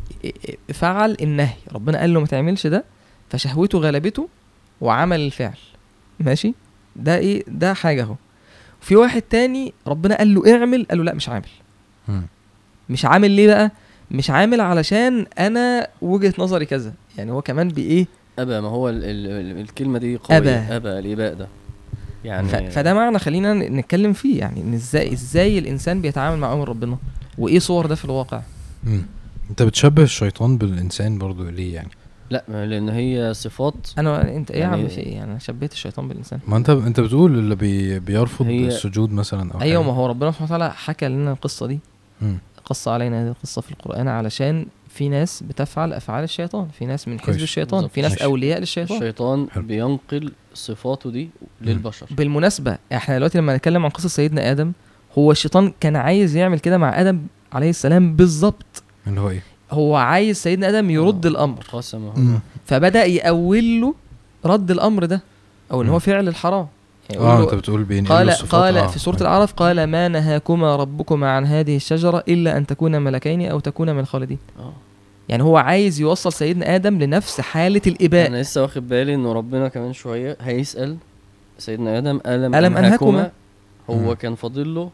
فعل النهي، ربنا قال له ما تعملش ده، فشهوته غلبته وعمل الفعل، ماشي، ده ايه؟ ده حاجه اهو. في واحد تاني ربنا قال له اعمل، قال له لا مش عامل. مم. مش عامل ليه بقى؟ مش عامل علشان انا وجهة نظري كذا، يعني هو كمان بايه؟ أبا، ما هو ال ال ال الكلمة دي قوية. أبا. أبا الإباء ده يعني ف... فده معنى خلينا ن- نتكلم فيه، يعني ان ازاي ازاي الانسان بيتعامل مع امر ربنا، وايه صور ده في الواقع. مم. انت بتشبه الشيطان بالانسان برضو ليه يعني؟ لا، لأن هي صفات. انا انت ايه يا يعني- عم في ايه؟ يعني انا شبهت الشيطان بالانسان. ما انت انت بتقول اللي بي بيرفض هي- السجود مثلا او ايوه، حاجة. ما هو ربنا سبحانه وتعالى حكى لنا القصه دي، مم. قص علينا هذه القصه في القران علشان في ناس بتفعل افعال الشيطان، في ناس من حزب كويس. الشيطان، بالظبط. في ناس ماشي. اولياء للشيطان. الشيطان حلو. بينقل صفاته دي للبشر. بالمناسبة احنا دلوقتي لما نتكلم عن قصة سيدنا آدم، هو الشيطان كان عايز يعمل كده مع آدم عليه السلام بالظبط. اللي هو ايه؟ هو عايز سيدنا آدم يرد آه، الأمر، قسمه. مم. فبدأ يأول له رد الأمر ده، أو إن هو مم. فعل الحرام. يعني اه يقول انت له بتقول بينقل قال له الصفات. قال آه. في سورة أيوة. الأعراف قال ما نهاكما ربكما عن هذه الشجرة إلا أن تكونا ملكين أو تكونا من الخالدين. اه يعني هو عايز يوصل سيدنا آدم لنفس حالة الإباء. انا لسه واخد بالي انه ربنا كمان شويه هيسأل سيدنا ادم الم ألم أنهكما؟ هو مم. كان فاضل له،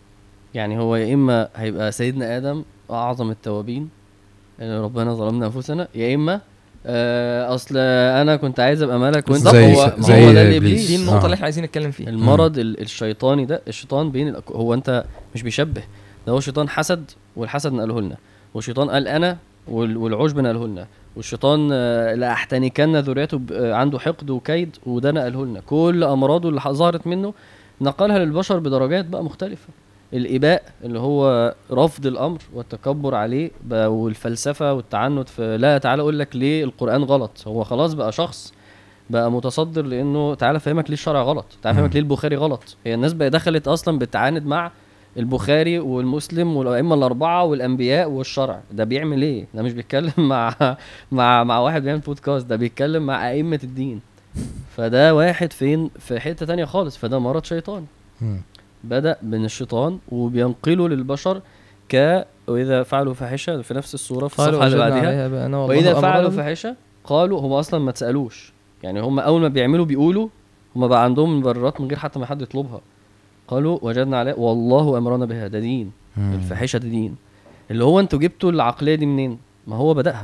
يعني هو يا اما هيبقى سيدنا ادم اعظم التوابين ان ربنا ظلمنا انفسنا، يا اما آه اصل انا كنت عايز ابقى ملك وانت. زي- هو ما زي هو ده إبليس. الابليس. دي النقطة آه. اللي احنا عايزين نتكلم فيها. المرض ال- الشيطاني ده، الشيطان بين الأك... هو انت مش بيشبه ده، هو شيطان حسد، والحسد نقله لنا، والشيطان قال انا وال... والعجب نقله لنا، والشيطان آه، لا احتنكن ذريته ب... آه، عنده حقد وكيد، وده نقله لنا. كل امراضه اللي ح- ظهرت منه نقلها للبشر بدرجات بقى مختلفة. الإباء اللي هو رفض الأمر والتكبر عليه بقى، والفلسفة والتعنت في لا تعالى أقول لك ليه القرآن غلط. هو خلاص بقى شخص بقى متصدر لانه تعالى فهمك ليه الشرع غلط، تعالى مم. فهمك ليه البخاري غلط. هي الناس بقى دخلت اصلا بتعاند مع البخاري والمسلم والائمه الاربعه والانبياء والشرع. ده بيعمل ايه؟ ده مش بيتكلم مع مع مع واحد بيعمل بودكاست، ده بيتكلم مع ائمه الدين. فده واحد فين في حته تانية خالص. فده مرض شيطان مم. بدأ من الشيطان وبينقله للبشر. ك واذا فعلوا فاحشه في نفس السوره في قالوا الصفحه اللي وجدنا بعدها، عليها آباءنا والله واذا أمرنا فعلوا به. فاحشه قالوا، هم اصلا ما تسالوش، يعني هم اول ما بيعملوا بيقولوا، هم بقى عندهم مبررات من غير حتى ما حد يطلبها. قالوا وجدنا عليه والله امرنا بها. ده دين، مم. الفاحشه دي دين. اللي هو انتوا جبتوا العقليه دي منين؟ ما هو بدأها.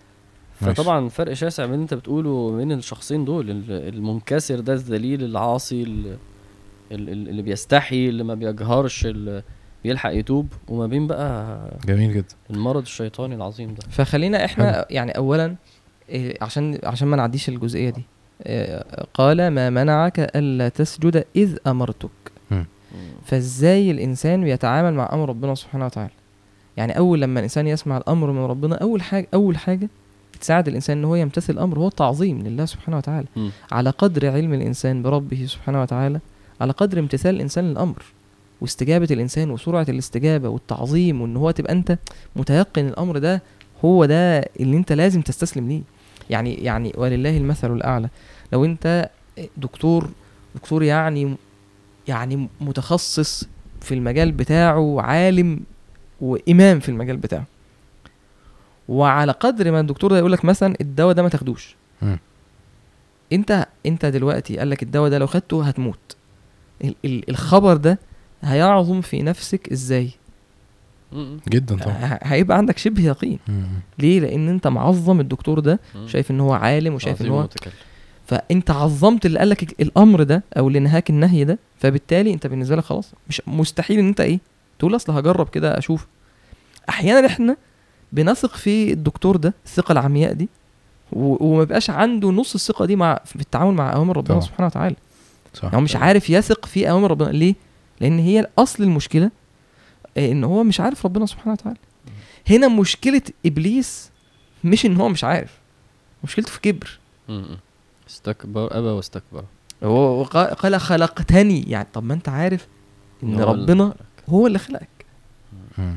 ماشي. فطبعا فرق شاسع بين انت بتقوله بين الشخصين دول، ال- المنكسر ده الذليل العاصي ال- ال- ال- اللي بيستحي، اللي ما بيجهرش، اللي بيلحق يتوب، وما بين بقى جميل جدا. المرض الشيطاني العظيم ده. فخلينا احنا يعني اولا إيه، عشان عشان ما نعديش الجزئيه دي، إيه، قال ما منعك الا تسجد اذ امرتك. مم. فازاي الانسان بيتعامل مع امر ربنا سبحانه وتعالى؟ يعني اول لما الانسان يسمع الامر من ربنا، اول حاجه اول حاجه تساعد الانسان ان هو يمتثل الامر هو التعظيم لله سبحانه وتعالى. مم. على قدر علم الانسان بربه سبحانه وتعالى، على قدر امتثال الانسان للامر واستجابه الانسان وسرعه الاستجابه والتعظيم، وان هو تبقى انت متيقن الامر ده هو ده اللي انت لازم تستسلم ليه. يعني يعني ولله المثل الاعلى، لو انت دكتور دكتور يعني يعني متخصص في المجال بتاعه، عالم وامام في المجال بتاعه، وعلى قدر ما الدكتور ده يقول لك مثلا الدواء ده ما تاخدوش، مم. انت انت دلوقتي قال لك الدواء ده لو خدته هتموت، ال- ال- الخبر ده هيعظم في نفسك ازاي؟ م- جدا طبعا. ه- هيبقى عندك شبه يقين. مم. ليه؟ لان انت معظم الدكتور ده، م- شايف ان هو عالم وشايف ان عظيم هو، متكلم. فانت عظمت اللي قالك الامر ده او اللي نهاك النهي ده، فبالتالي انت بالنسبه لك خلاص مش مستحيل ان انت ايه تقول اصل هجرب كده اشوف. احيانا احنا بنثق في الدكتور ده الثقه العمياء دي، و- وما بقاش عنده نص الثقه دي مع في التعامل مع اوامر ربنا طبعا. سبحانه وتعالى. صح. هو مش عارف يثق في اوامر ربنا. ليه؟ لان هي اصل المشكله إيه، ان هو مش عارف ربنا سبحانه وتعالى. هنا مشكله ابليس مش ان هو مش عارف، مشكلته في كبر. م- م. استكبر ابى واستكبر. هو وقا- قال خلقتني، يعني طب ما انت عارف ان هو اللي ربنا خلقك. هو اللي خلقك. مم.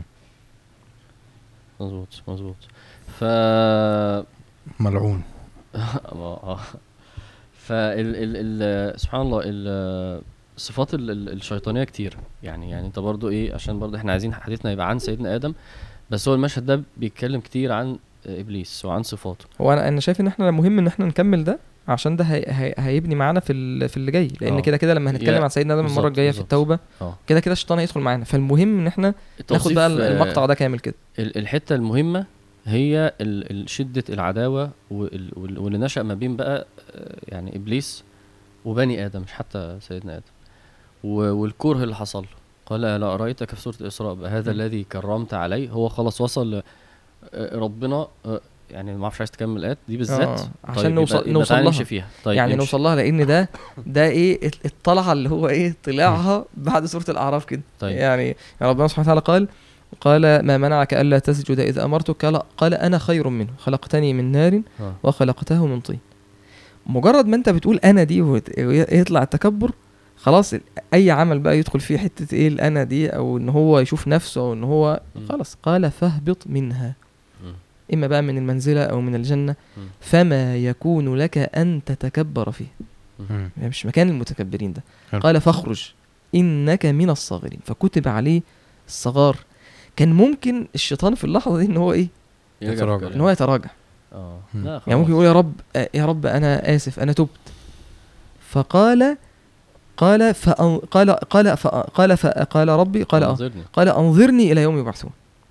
مظبوط مظبوط. ف ملعون. اه فال ال ال سبحان الله ال- الصفات ال- ال- الشيطانيه كتير، يعني يعني انت برضو ايه، عشان برضو احنا عايزين حديثنا يبقى عن سيدنا ادم، بس هو المشهد ده بيتكلم كتير عن ابليس وعن صفاته. هو انا انا شايف ان احنا مهم ان احنا نكمل ده، عشان ده هي هي هيبني معانا في ال- في اللي جاي، لان آه. كده كده لما هنتكلم يا- عن سيدنا ادم المره بالظبط، الجايه في بالظبط. التوبه اه كده كده الشيطان هيدخل معانا، فالمهم ان احنا ناخد بقى التوصيف، آه، المقطع ده كامل كده. ال- الحته المهمه هي ال- ال- شده العداوه وال- وال- واللي نشأ ما بين بقى آه، يعني ابليس وبني ادم، مش حتى سيدنا ادم، و- والكره اللي حصل له. قال لا أرأيتك في سورة الإسراء هذا م. الذي كرمت عليه، هو خلاص وصل ل- آه، ربنا آه، يعني ما اعرفش عايز تكمل الآيات دي بالذات. آه، عشان طيب نوصل- يبقى- يبقى نوصل تعالى لها. نمشي فيها. طيب يعني نمشي. نوصل لها، لان ده ده ايه الطلعه اللي هو ايه طلعها بعد سوره الاعراف كده. طيب. يعني يعني ربنا سبحانه وتعالى قال قال ما منعك الا تسجد اذ امرتك؟ قال, قال انا خير منه خلقتني من نار آه. وخلقته من طين. مجرد ما انت بتقول انا دي وت- ويطلع التكبر، خلاص اي عمل بقى يدخل فيه حته ايه الانا دي، او ان هو يشوف نفسه، او ان هو م. خلاص. قال فاهبط منها، م. اما بقى من المنزله او من الجنه، م. فما يكون لك ان تتكبر فيه، مم. يعني مش مكان المتكبرين ده. حلو. قال فاخرج انك من الصاغرين، فكتب عليه الصغار. كان ممكن الشيطان في اللحظه دي ان هو ايه يرجع في يتراجع. الكلام. ان هو يتراجع، اه م. لا يعني خلاص. ممكن يقول يا رب آه، يا رب انا اسف انا تبت. فقال قال فأن قال قال فأ قال فأ قال ربي قال آه انظرني. قال انظرني الى يوم يبعثون.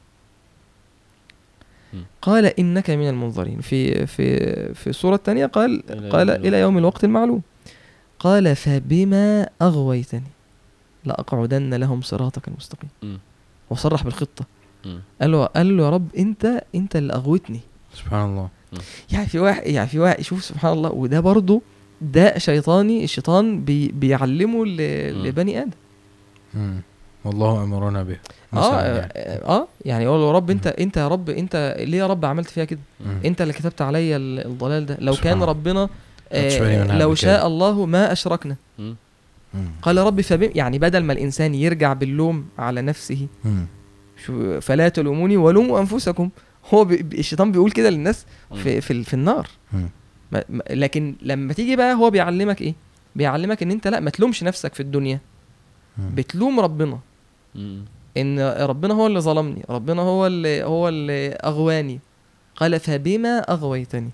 م. قال انك من المنظرين. في في في سوره الثانيه قال إلى قال يوم الى يوم الوقت المعلوم. قال فبما اغويتني لاقعدن لهم صراطك المستقيم. م. وصرح بالخطه، م. قال له قال له يا رب انت انت اللي اغويتني. سبحان الله. يعني في واحد يعني في واحد شوف سبحان الله، وده برضو ده شيطاني، الشيطان بي بيعلمه ل- مم. لبني ادم. مم. والله امرنا به اه مثلا يعني. اه يعني يقول له رب انت انت يا رب انت ليه يا رب عملت فيها كده؟ مم. انت اللي كتبت عليا ال- الضلال ده. لو سبحان كان الله. ربنا خدتش بالي آه منها لو قبل شاء كده. الله ما اشركنا. م. مم. قال ربي فبم يعني بدل ما الانسان يرجع باللوم على نفسه، مم. شو فلا تلوموني ولوموا انفسكم. هو بي بي- الشيطان بيقول كده للناس في في, ال- في النار. مم. ما ما- لكن لما تيجي بقى هو بيعلمك ايه؟ بيعلمك ان انت لا ما تلومش نفسك في الدنيا، مم. بتلوم ربنا م. ان ربنا هو اللي ظلمني، ربنا هو اللي هو اللي اغواني. قال فبما اغويتني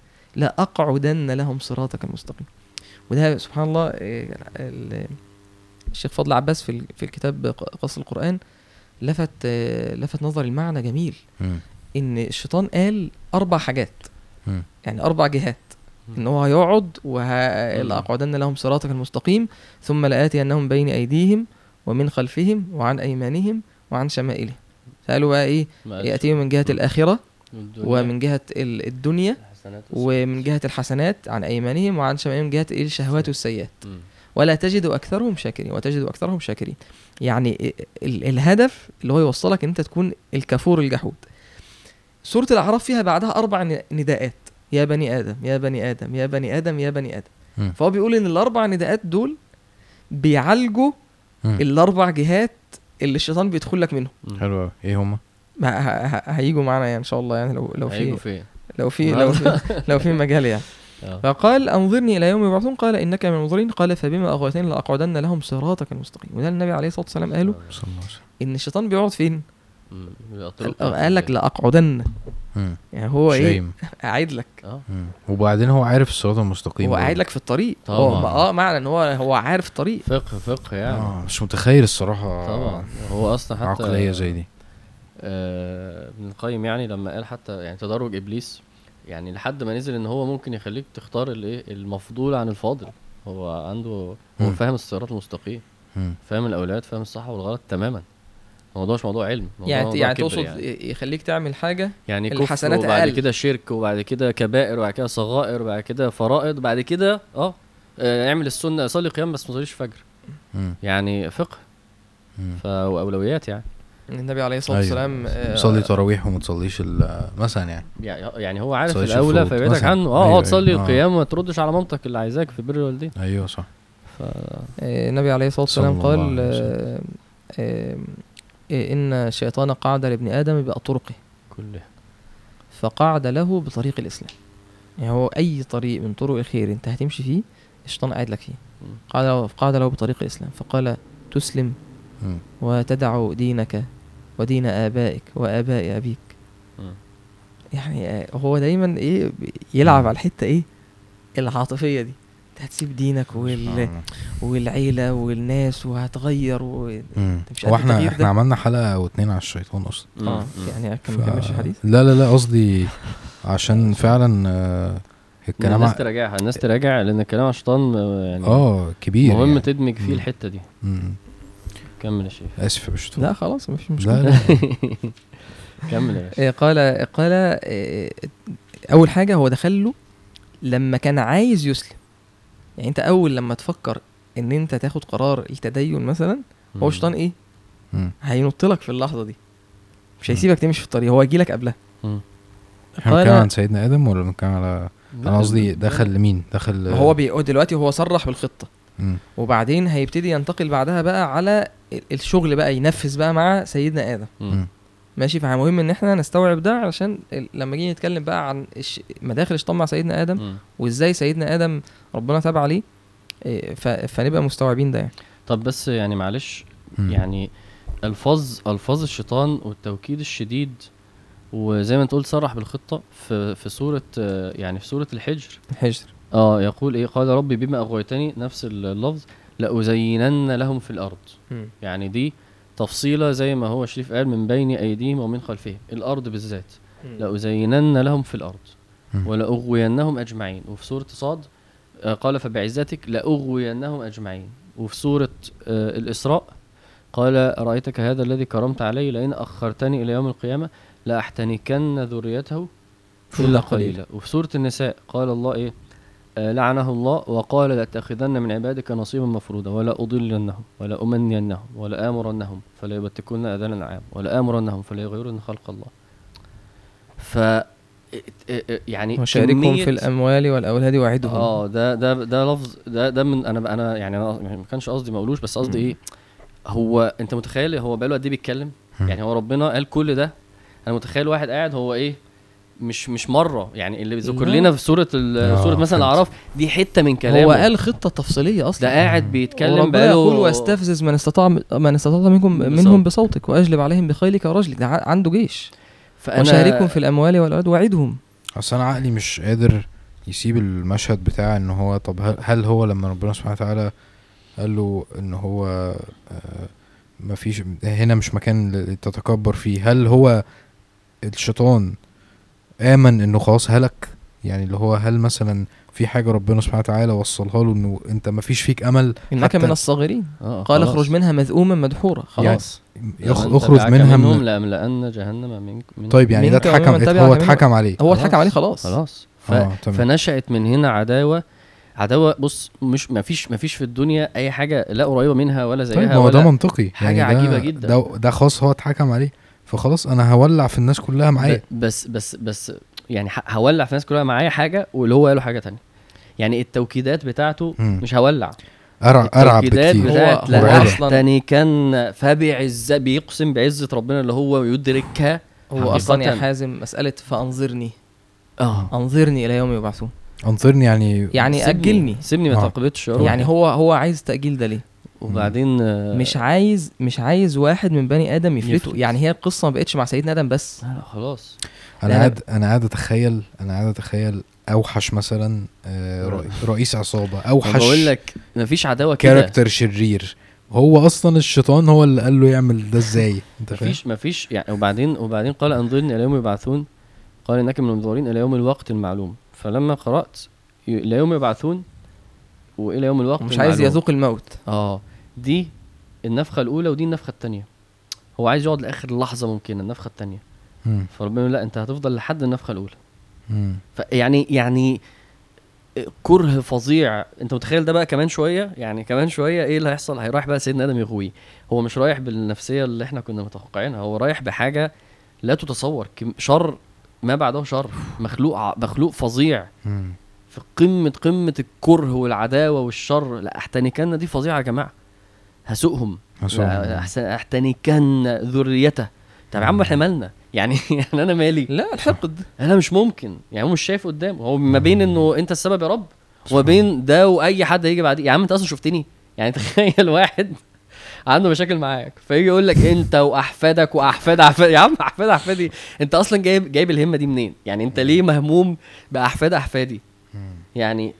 لا اقعدن لهم صراطك المستقيم. وده سبحان الله إيه، ال- الشيخ فضل عباس في ال- في الكتاب قص القرآن لفت آه، لفت نظر المعنى جميل، مم. ان الشيطان قال اربع حاجات، مم. يعني اربع جهات، ان هو هيقعد مم. ولاقعدن لهم صراطك المستقيم ثم لآتينهم بين ايديهم ومن خلفهم وعن ايمانهم وعن شمائلهم. قالوا بقى ايه؟ ما قالش. ياتيهم من جهه مم. الاخره والدنيا. ومن جهه ال- الدنيا الحسنات ومن جهه الحسنات عن ايمانهم وعن شمائلهم من جهه إيه؟ الشهوات والسيئات. م. ولا تجد اكثرهم شاكرين وتجد اكثرهم شاكرين. يعني ال- الهدف اللي هو يوصلك ان انت تكون الكفور الجحود. سوره الاعراف فيها بعدها اربع ن- نداءات، يا بني ادم يا بني ادم يا بني ادم يا بني ادم. مم. فهو بيقول ان الاربع نداءات دول بيعالجوا مم. الاربع جهات اللي الشيطان بيدخل لك منهم. م. حلو قوي. ايه هما؟ ما ه- ه- هيجوا معانا يعني ان شاء الله، يعني لو لو هيجوا في فين؟ لو في لو في لو في مجال يعني. آه. فقال انظرني الى يوم يبعثون قال انك من المنظرين قال فبما اغويتني لاقعدن لهم صراطك المستقيم. وده النبي عليه الصلاه والسلام قاله صلى الله عليه وسلم. ان الشيطان بيقعد فين؟ م. بيبقى طرق قال لك لاقعدن. مم. يعني هو ايه شايم. قاعد لك، اه مم. وبعدين هو عارف الصراط المستقيم هو برضه. قاعد لك في الطريق. طبعاً. هو اه معنى ان هو هو عارف الطريق. فقه فقه يعني. اه مش متخيل الصراحه طبعا هو اصلا حتى عقليه زي دي. آه، ابن القيم يعني لما قال حتى يعني تدرج ابليس، يعني لحد ما نزل ان هو ممكن يخليك تختار الايه المفضول عن الفاضل. هو عنده هو مم. فاهم الصراط المستقيم، مم. فاهم الاولويات، فاهم الصح والغلط تماما. الموضوع مش موضوع علم، موضوع يعني موضوع يعني كبر تقصد يعني. يخليك تعمل حاجه يعني كفر الحسنات وبعد أقل. كده شرك وبعد كده كبائر وبعد كده صغائر وبعد كده فرائض وبعد كده اه آه، اعمل السنه، صلي قيام بس ما تصليش فجر. مم. يعني فقه مم. فاولويات يعني. النبي عليه الصلاه أيوة. والسلام آه، صلي تراويح وما تصليش ال- مثلا يعني. يعني يعني هو عارف تصليش الاولى الفروض فيبعدك مثلاً. عنه. اه أيوة اه تصلي أيوة. آه. القيام وما تردش على مامتك اللي عايزاك في بر الوالدين. ايوه صح. ف آه، النبي عليه الصلاه صلى والسلام الله قال عليه وسلم. آه، آه، آه، ان الشيطان قعد لابن ادم بأطرقه كله فقعد له بطريق الاسلام. يعني هو اي طريق من طرق الخير انت هتمشي فيه الشيطان قاعد لك فيه. مم. قال له قعد له بطريق الاسلام فقال تسلم مم. وتدع دينك ودين آبائك وآباء أبيك. مم. يعني آه، هو دايما ايه بي- يلعب مم. على الحتة ايه العاطفية دي. انت هتسيب دينك وال... آه. والعيلة والناس وهتغير و... مم. مش هو قد احنا التغيير احنا ده. عملنا حلقه او اتنين على الشيطان اصلا. اه مم. يعني كان ف- ما كملش الحديث. لا لا لا قصدي عشان فعلا آه، الكلام الناس ع- تراجعها، الناس تراجع لان الكلام عن الشيطان آه، يعني اه كبير مهم يعني. تدمج فيه مم. الحته دي. مم. كمل يا شيخ. اسف يا باشا. لا خلاص مفيش مشكلة. لا لا كمل يا باشا. إيه قال قال إيه اول حاجة هو دخل له لما كان عايز يسلم. يعني انت اول لما تفكر ان انت تاخد قرار التدين مثلا هو الشيطان ايه مم. هينط لك في اللحظة دي، مش مم. هيسيبك تمشي في الطريق، هو هيجي لك قبلها. مم. احنا بنتكلم عن سيدنا ادم ولا بنتكلم على لا، انا قصدي لا. دخل لمين دخل ما هو بي... دلوقتي هو صرح بالخطة مم. وبعدين هيبتدي ينتقل بعدها بقى على ال- الشغل بقى ينفذ بقى مع سيدنا آدم. مم. ماشي. فمهم ان احنا نستوعب ده علشان ال- لما جينا نتكلم بقى عن الش... مداخل الشيطان مع سيدنا آدم مم. وازاي سيدنا آدم ربنا تاب عليه إيه، ف... فنبقى مستوعبين ده يعني. طب بس يعني معلش، مم. يعني الفاظ الفاظ الشيطان والتوكيد الشديد، وزي ما انت قلت صرح بالخطه في في سوره آه، يعني في سوره الحجر. الحجر. اه يقول ايه؟ قال ربي بما اغويتني، نفس اللفظ، لأزينن لهم في الارض. مم. يعني دي تفصيله زي ما هو شريف قال من بين ايديهم ومن خلفهم، الارض بالذات. لأزينن لهم في الارض مم. ولأغوينهم اجمعين. وفي سوره صاد آه، قال فبعزتك لأغوينهم اجمعين. وفي سوره آه، الاسراء قال رأيتك هذا الذي كرمت عليه لئن أخرتني إلى يوم القيامة لأحتنكن ذريته إلا قليلا. وفي سورة النساء قال الله إيه؟ آه لعنه الله وقال لأتخذن من عبادك نصيبا مفروضا ولا أضلنهم ولا أمنينهم ولا آمرنهم فلا يبتكن أذان الأنعام ولا آمرنهم فلا يغيرن خلق الله. ف يعني وشاركهم في الأموال والأولاد وعدهم. اه ده ده ده لفظ ده ده من انا انا يعني انا ما كانش قصدي ما اقولوش، بس قصدي ايه، هو انت متخيل هو بقاله قد ايه بيتكلم؟ مم. يعني هو ربنا قال كل ده، انا متخيل واحد قاعد هو ايه مش مش مره يعني اللي ذكر لا. لنا في سوره آه، سوره مثلا فهمت. الاعراف دي حته من كلامه. هو قال خطة تفصيلية أصلا. ده قاعد بيتكلم وربنا يقول بقاله واستفزز من استطاع من استطاع منكم بصوت. منهم بصوتك واجلب عليهم بخيلك ورجلك. ده ع- عنده جيش. فأنا وشاركهم في الأموال والأولاد وعدهم. اصل انا عقلي مش قادر يسيب المشهد بتاع ان هو طب هل- هل هو لما ربنا سبحانه وتعالى قال له ان هو آه، مفيش هنا مش مكان ل- تتكبر فيه، هل هو الشيطان آمن انه خلاص هلك؟ يعني اللي هو هل مثلا في حاجة ربنا سبحانه وتعالى وصلها له انه انت مفيش فيك امل إنك حتى- من الصاغرين. آه قال خلاص. اخرج منها مذءوما مدحورا. خلاص. يخ- لمن اخرج تبعك منها منهم من لأملأن جهنم منك من طيب يعني ده منك اتحكم ومن تبعك هو منهم. اتحكم عليه هو خلاص. اتحكم عليه خلاص. خلاص. ف... اه تمام. فنشأت من هنا عداوة عداوة بص مش مفيش مفيش في الدنيا أي حاجة لا قريبة منها ولا زيها. طيب ما هو ده ولا منطقي حاجة يعني ده عجيبة جدا. ده, ده خلاص هو اتحكم عليه فخلاص انا هولع في الناس كلها معايا. ب- بس بس بس يعني ه- هولع في الناس كلها معايا حاجة واللي هو قاله حاجة تانية. يعني التوكيدات بتاعته مم. مش هولع. ارعب ارعب التوكيدات بكتير. بتاعت هو- هو لا أصلاً- أحتني كان فبعز بيقسم بعزة ربنا اللي هو يدركها. هو أصلا يا حقيقة. حازم مسألة فأنظرني اه أنظرني إلى يوم يبعثون. انظرني يعني يعني سيبني- أجلني. سيبني ما آه. تقبضش يا روحي. يعني هو هو عايز تأجيل ده ليه؟ وبعدين آه، مش عايز مش عايز واحد من بني ادم يفلته. يفلت. يعني هي القصه ما بقتش مع سيدنا ادم بس. لا لا خلاص. انا لا، قاعد انا قاعد اتخيل انا قاعد اتخيل اوحش مثلا آه، رئي- رئيس عصابه اوحش بقول لك مفيش عداوه كده. كاركتر شرير، هو اصلا الشيطان هو اللي قال له يعمل ده ازاي؟ انت فاهم؟ مفيش مفيش يعني. وبعدين وبعدين قال انظرني الى يوم يبعثون، قال انك من المنظرين الى يوم الوقت المعلوم. فلما قرات ي- الى يوم يبعثون والى يوم الوقت مش عايز المعلوم. يذوق الموت. اه دي النفخه الاولى ودي النفخه الثانيه. هو عايز يقعد لاخر لحظه ممكنه النفخه الثانيه. مم. فربنا يقول لا انت هتفضل لحد النفخه الاولى. مم. فيعني يعني كره فظيع. انت متخيل ده بقى كمان شويه؟ يعني كمان شويه ايه اللي هيحصل؟ هيروح بقى سيدنا ادم يغوي. هو مش رايح بالنفسيه اللي احنا كنا متوقعينها، هو رايح بحاجه لا تتصور. كم- شر ما بعده شر. مخلوق ع- مخلوق فظيع مم. في قمه قمه الكره والعداوه والشر. لا احتنكن دي فظيعه يا جماعه. هسوقهم. هسوقهم. لا أحسن- احتنكن ذريته. طب يا عم احنا مالنا يعني؟ يعني انا مالي؟ لا الحقد. انا مش ممكن يعني. هو مش شايف قدامه. هو ما بين انه انت السبب يا رب وما بين ده واي حد هيجي بعديه. يا عم انت اصلا شفتني يعني. تخيل واحد عنده مشاكل معاك فيجي يقول لك انت واحفادك واحفاد احفاد. يا عم احفاد احفادي انت اصلا جايب جايب الهمه دي منين يعني؟ انت ليه مهموم باحفاد احفادي مم. يعني؟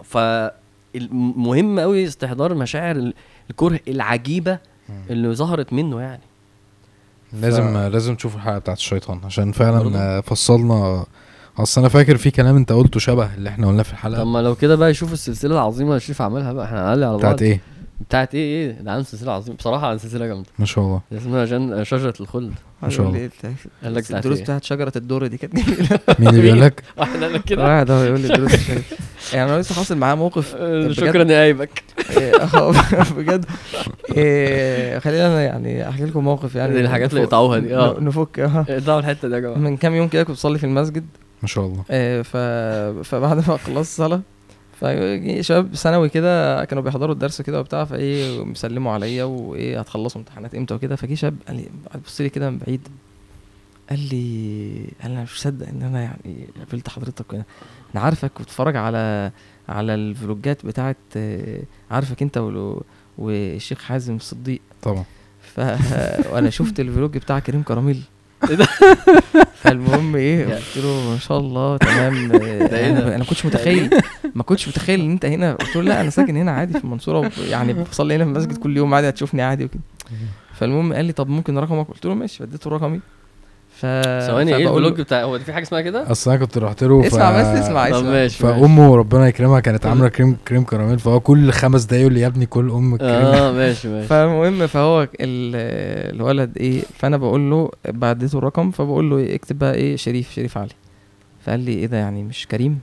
فالمهم قوي استحضار مشاعر ال- الكره العجيبه اللي ظهرت منه يعني. لازم ف- لازم تشوف الحلقه بتاعت الشيطان عشان فعلا برضو؟ آه، فصلنا. اصل انا فاكر في كلام انت قلته شبه اللي احنا قلناه في طب الحلقه ما لو كده بقى يشوف السلسله العظيمه اللي شريف عملها بقى. احنا هنعلي على بعض. بتاعت ايه؟ بتاعت ايه ايه ده؟ عن سلسله عظيمه بصراحه. عن سلسله جامده ما شاء الله. اسمها جن... شجره الخلد. ما شاء الله. قال لك بتاعت الدروس ايه؟ بتاعت شجره الدر دي كانت جميله. مين اللي بيقول لك؟ واحد قال لك كده. واحد هو يقول لي الدروس الشجرة. يعني انا لسه حاصل معاه موقف آه، بجد. شكرا يا ايبك. إيه، آه، بجد. إيه، خلينا أنا يعني احكي لكم موقف يعني. دي الحاجات اللي نفك- يقطعوها دي. اه نفك اه اقطعوا الحته دي يا جماعه. من كام يوم كده كنت بصلي في المسجد. ما شاء الله. إيه، ف... فبعد ما خلصت الصلاه فجي شباب ثانوي كده كانوا بيحضروا الدرس كده وبتاع، فايه مسلموا عليا وايه هتخلصوا امتحانات امتى وكده. فجي شاب قال لي بص لي كده من بعيد قال لي قال انا مش مصدق ان انا يعني قابلت حضرتك. انا أنا عارفك وبتفرج على على الفلوجات بتاعت آه، عارفك انت ولو- والشيخ حازم الصديق. طبعا. ف وانا شفت الفلوج بتاع كريم كراميل. إيه ده؟ فالمهم ايه قلت له ما شاء الله تمام. آه، ده إيه ده؟ انا أنا كنتش متخيل ما كنتش متخيل ان انت هنا. قلت له لا انا ساكن هنا عادي في المنصوره وب- يعني بصلي هنا في المسجد كل يوم عادي هتشوفني عادي وكده. فالمهم قال لي طب ممكن رقمك؟ قلت له ماشي. اديته رقمي. ف ثواني ايه فبقول له- الفلوج بتاع؟ هو في حاجه اسمها كده؟ اصل انا كنت رحت له اسمع بس اسمع طب اسمع. ماشي. فامه ربنا يكرمها كانت عامله كريم كريم كراميل، فهو كل خمس دقايق يقول لي يا ابني كل ام كريم. اه ماشي ماشي. فالمهم فهو ال- الولد ايه، فانا بقول له بعديته الرقم فبقول له إيه اكتب بقى ايه شريف شريف علي. فقال لي ايه ده يعني مش كريم؟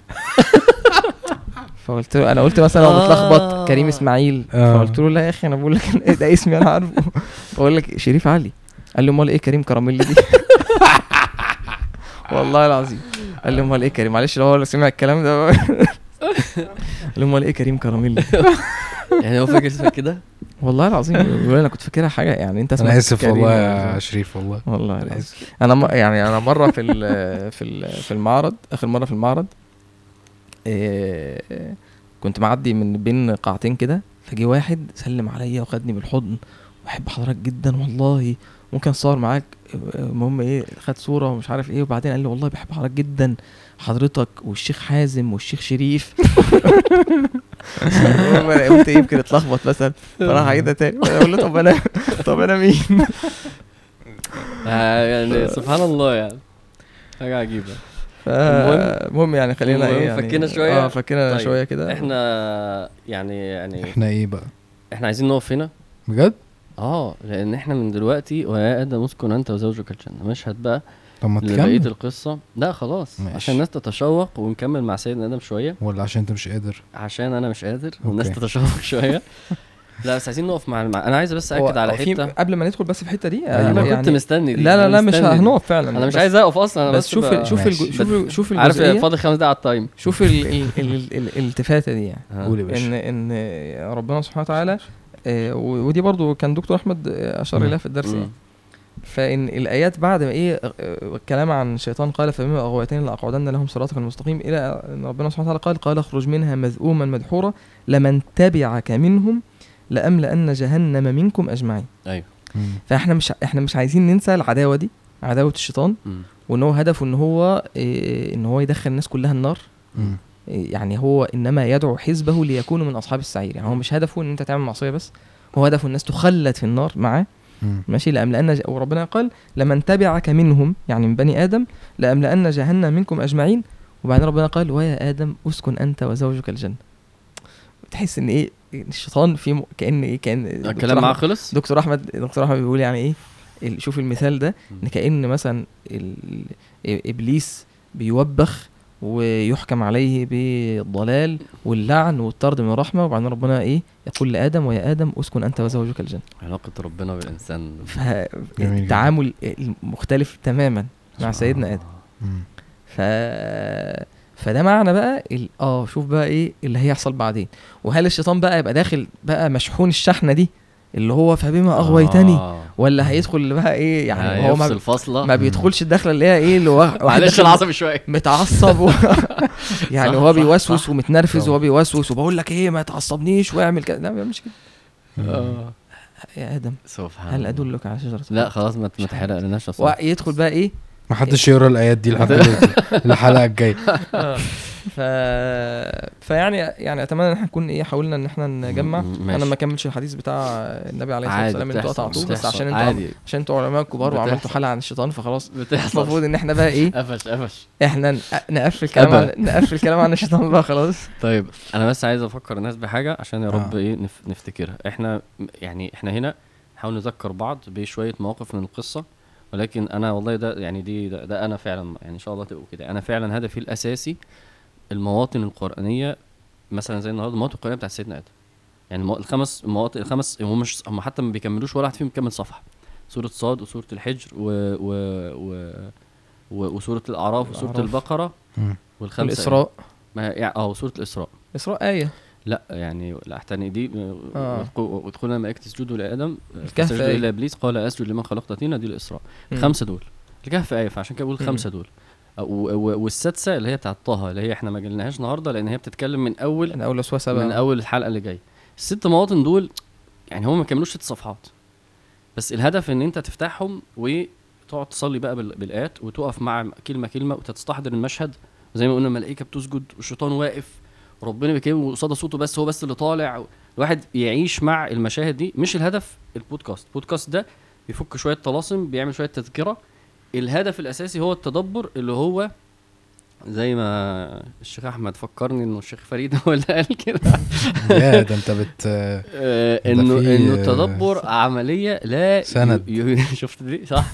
فقلت له انا قلت مثلا هو آه. متلخبط كريم اسماعيل. آه. فقلت له لا يا اخي انا بقول لك إيه ده اسمي انا عارفه. بقول لك شريف علي. قال لي امال ايه كريم كراميل دي؟ والله العظيم قال لي امال ايه كريم؟ معلش لو هو اللي سمع الكلام ده بقى. قال لي امال ايه كريم كراميل دي؟ يعني هو فاكر اسمك كده؟ والله العظيم بيقول انا كنت فاكرها حاجه يعني انت اسمك انا اسف كريم والله ولا- يا شريف والله. والله أنا العظيم. آسف. انا م... يعني انا مره في ال... في ال... في المعرض اخر مره في المعرض إيه... كنت معدي من بين قاعتين كده فجي واحد سلم عليا وخدني بالحضن بحب حضرتك جدا والله ممكن اصور معاك. المهم ايه خد صوره ومش عارف ايه وبعدين قال لي والله بحب حضرتك جدا حضرتك والشيخ حازم والشيخ شريف. المهم انا قلت يمكن اتلخبط مثلا فراح عيدها تاني اقول له طب انا طب انا مين؟ آه، يعني سبحان الله يعني حاجه عجيبه. المهم المهم يعني خلينا المهم ايه يعني فكينا شوية. اه فكينا طيب، شويه كده. احنا يعني يعني احنا ايه بقى احنا عايزين نقف هنا. بجد؟ اه لان احنا من دلوقتي ويا ادم اسكن انت وزوجك الجنه مشهد بقى طب ما لبقيه تكمل القصه. لا خلاص ماشي. عشان الناس تتشوق ونكمل مع سيدنا ادم شويه. ولا عشان انت مش قادر؟ عشان انا مش قادر والناس أوكي. تتشوق شويه. لا بس عايزين نقف مع الم... انا عايز بس هو- اكد على هو في- حته. قبل ما ندخل بس في الحته دي انا آه، كنت مستني دي. لا لا أنا لا مش مستني دي. هنقف فعلا. انا مش بس- عايز اقف اصلا. انا بس شوف ب- ال- شوف ماشي. الج- شوف شوف عارف الجزئيه فاضل خمس دقايق على التايم. شوف ال- ال- ال- ال- الالتفاته دي يعني قول يا باشا. ان ان ربنا سبحانه وتعالى آه، و- ودي برضو كان دكتور احمد آه، اشار مم. اليها في الدرس مم. يعني. فان الايات بعد ما ايه آه، آه، الكلام عن الشيطان قال فبما اغويتني لاقعدن لهم صراطك المستقيم الى ان ربنا سبحانه وتعالى قال قال اخرج منها مذءوما مدحورا لمن تبعك منهم لأملأن جهنم منكم أجمعين. ايوه. فاحنا مش احنا مش عايزين ننسى العداوة دي، عداوة الشيطان، مم. وان هو هدفه ان هو إيه ان هو يدخل الناس كلها النار. مم. يعني هو انما يدعو حزبه ليكونوا من اصحاب السعير. يعني هو مش هدفه ان انت تعمل معصيه بس، هو هدفه الناس تخلد في النار معاه. مم. ماشي. لأملأن ج... وربنا قال لمن تبعك منهم يعني من بني ادم لأملأن جهنم منكم اجمعين. وبعدين ربنا قال ويا ادم اسكن انت وزوجك الجنه. تحس ان ايه الشيطان في م... كأن ايه كان الكلام معاه خلص. دكتور احمد دكتور احمد بيقول يعني ايه ال... شوف المثال ده، ان كأن مثلا ال... ابليس بيوبخ ويحكم عليه بالضلال واللعن والطرد من الرحمة، وبعدين ربنا ايه يقول لآدم ويا آدم اسكن أنت وزوجك الجنة. علاقة ربنا بالإنسان فالتعامل مختلف تماما مع سيدنا آدم. ف... فده معنى بقى ال... اه شوف بقى ايه اللي هيحصل بعدين. وهل الشيطان بقى يبقى داخل بقى مشحون الشحنة دي اللي هو فبما أغويتني آه. ولا هيدخل بقى ايه يعني هو ما, ما بيدخلش الدخله اللي هي ايه اللي هو معلش العصبي شويه متعصب و... يعني هو بيوسوس ومتنرفز وهو بيوسوس وبقول لك ايه ما تعصبنيش واعمل كده. لا ما بيعملش كده. اه يا ادم سبحان هل ادلك على شجره؟ لا خلاص ما تحرق لناش اصلا. ويدخل بقى ايه ما حدش يقرا الايات دي لحد الحلقه الجايه. ف فيعني يعني اتمنى ان احنا نكون ايه حاولنا ان احنا نجمع. انا ما كملتش الحديث بتاع النبي عليه الصلاه والسلام اللي انتوا قطعتوه بس عشان انتوا عشان انتوا علماء كبار وعملتوا حلقه عن الشيطان فخلاص المفروض ان احنا بقى ايه قفش قفش احنا نقفل كلام عن نقفل كلام عن الشيطان بقى خلاص. طيب انا بس عايز افكر الناس بحاجه عشان يا رب آه. ايه نف... نفتكرها. احنا يعني احنا هنا نحاول نذكر بعض بشويه مواقف من القصه، ولكن انا والله ده يعني دي ده, ده انا فعلا يعني ان شاء الله تبقوا كده. انا فعلا هدفي الاساسي المواطن القرآنية، مثلا زي النهارده المواطن القرآنية بتاع سيدنا آدم. يعني الخمس مواطن الخمس هم مش هم حتى ما بيكملوش ولا واحد فيهم كمل صفحه. سورة صاد وسورة الحجر و و و, و... وسورة الأعراف وسورة البقرة والخمسة الإسراء ما يعني اه وسورة الإسراء. إسراء آية لا يعني لا احتني دي آه. وادخلنا ما تسجدوا لآدم فسجدوا إلى إبليس قال أسجد لمن خلقت طينا. دي الإسراء. الخمسة دول الكهف آية، فعشان كده بقول الخمسة دول. والسادسه اللي هي بتاعه طه اللي هي احنا ما جلناهاش النهارده لان هي بتتكلم من اول من اول وسوسه من اول الحلقه اللي جايه. الست مواطن دول يعني هم ما كملوش ست صفحات، بس الهدف ان انت تفتحهم وتقعد تصلي بقى بالايات وتقف مع كلمه كلمه وتستحضر المشهد زي ما قلنا الملائكه بتسجد والشيطان واقف وربنا بيكلمه قصاد صوته بس هو بس اللي طالع. الواحد يعيش مع المشاهد دي. مش الهدف البودكاست البودكاست ده بيفك شويه طلاسم بيعمل شويه تذكره. الهدف الاساسي هو التدبر اللي هو زي ما الشيخ احمد فكرني انه الشيخ فريد هو اللي قال كده. يا ده انت بت آه انه انه التدبر عمليه لا سند. ي... شفت دي صح.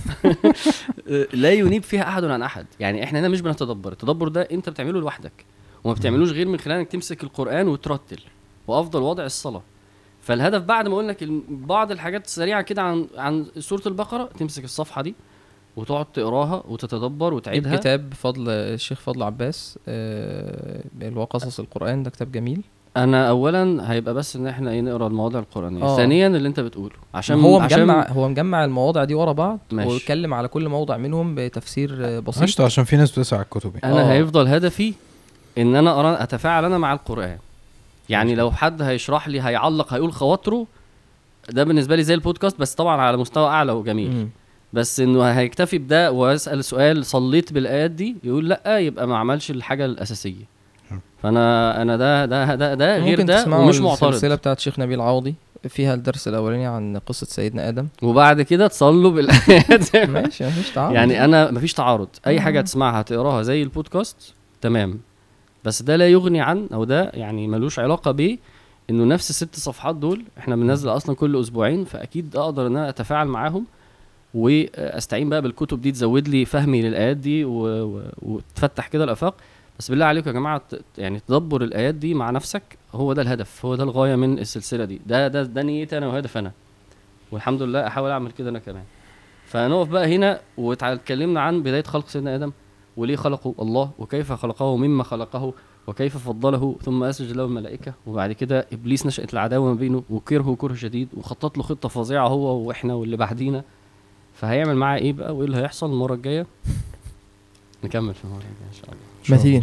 لا ينيب فيها احد عن احد. يعني احنا هنا مش بنتدبر. التدبر ده انت بتعمله لوحدك وما بتعملوش غير من خلال انك تمسك القرآن وترتل. وافضل وضع الصلاه. فالهدف بعد ما قلنا بعض الحاجات السريعه كده عن عن سوره البقره تمسك الصفحه دي وتقعد تقراها وتتدبر وتعيدها. كتاب فضل الشيخ فضل عباس آه اللي هو قصص القرآن، ده كتاب جميل. انا اولا هيبقى بس ان احنا ايه نقرا المواضع القرآنية. آه. ثانيا اللي انت بتقوله عشان هو عشان مجمع هو مجمع المواضع دي ورا بعض ويتكلم على كل موضع منهم بتفسير بسيط عشان في ناس بتسعى الكتب. انا آه. هيفضل هدفي ان انا اقرا اتفاعل انا مع القرآن. يعني لو حد هيشرح لي هيعلق هيقول خواطره ده بالنسبه لي زي البودكاست بس طبعا على مستوى اعلى وجميل. م. بس انه هيكتفي بده واسال سؤال صليت بالايات دي يقول لا يبقى ما عملش الحاجه الاساسيه. فانا انا ده ده ده, ده غير ده ومش معترض. السلسله بتاعت شيخ نبيل عوضي فيها الدرس الاولاني عن قصه سيدنا ادم وبعد كده تصلوا بالايات. ماشي مفيش تعارض. يعني انا مفيش تعارض. اي حاجه تسمعها تقراها زي البودكاست تمام، بس ده لا يغني عن او ده يعني ملوش علاقه بيه انه نفس الست صفحات دول احنا بننزل اصلا كل اسبوعين، فاكيد اقدر ان انا اتفاعل معاهم واستعين بقى بالكتب دي تزود لي فهمي للايات دي وتفتح كده الافاق. بس بالله عليكم يا جماعه يعني تدبر الايات دي مع نفسك هو ده الهدف، هو ده الغايه من السلسله دي. ده ده ده نيتي انا وهدف انا، والحمد لله احاول اعمل كده انا كمان. فنقف بقى هنا واتكلمنا عن بدايه خلق سيدنا ادم وليه خلقه الله وكيف خلقه مما خلقه وكيف فضله ثم اسجد له الملائكه. وبعد كده ابليس نشأت العداوه ما بينه وكرهه كره شديد وخطط له خطه فظيعه هو واحنا واللي بعدينا. فهيعمل معاه ايه بقى وايه اللي هيحصل المره الجايه نكمل في المره الجايه ان شاء الله. ما تيجي نشوف.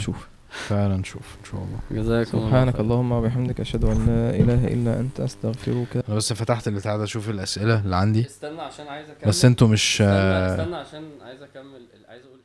فعلا نشوف ان شاء الله. جزاكم الله سبحانك خير. اللهم وبحمدك اشهد ان لا اله الا انت استغفرك. انا بس فتحت البتاع ده اشوف الاسئله اللي عندي استنى عشان عايز اكمل. بس انتوا مش استنى, استنى عشان عايز اكمل عايز اقول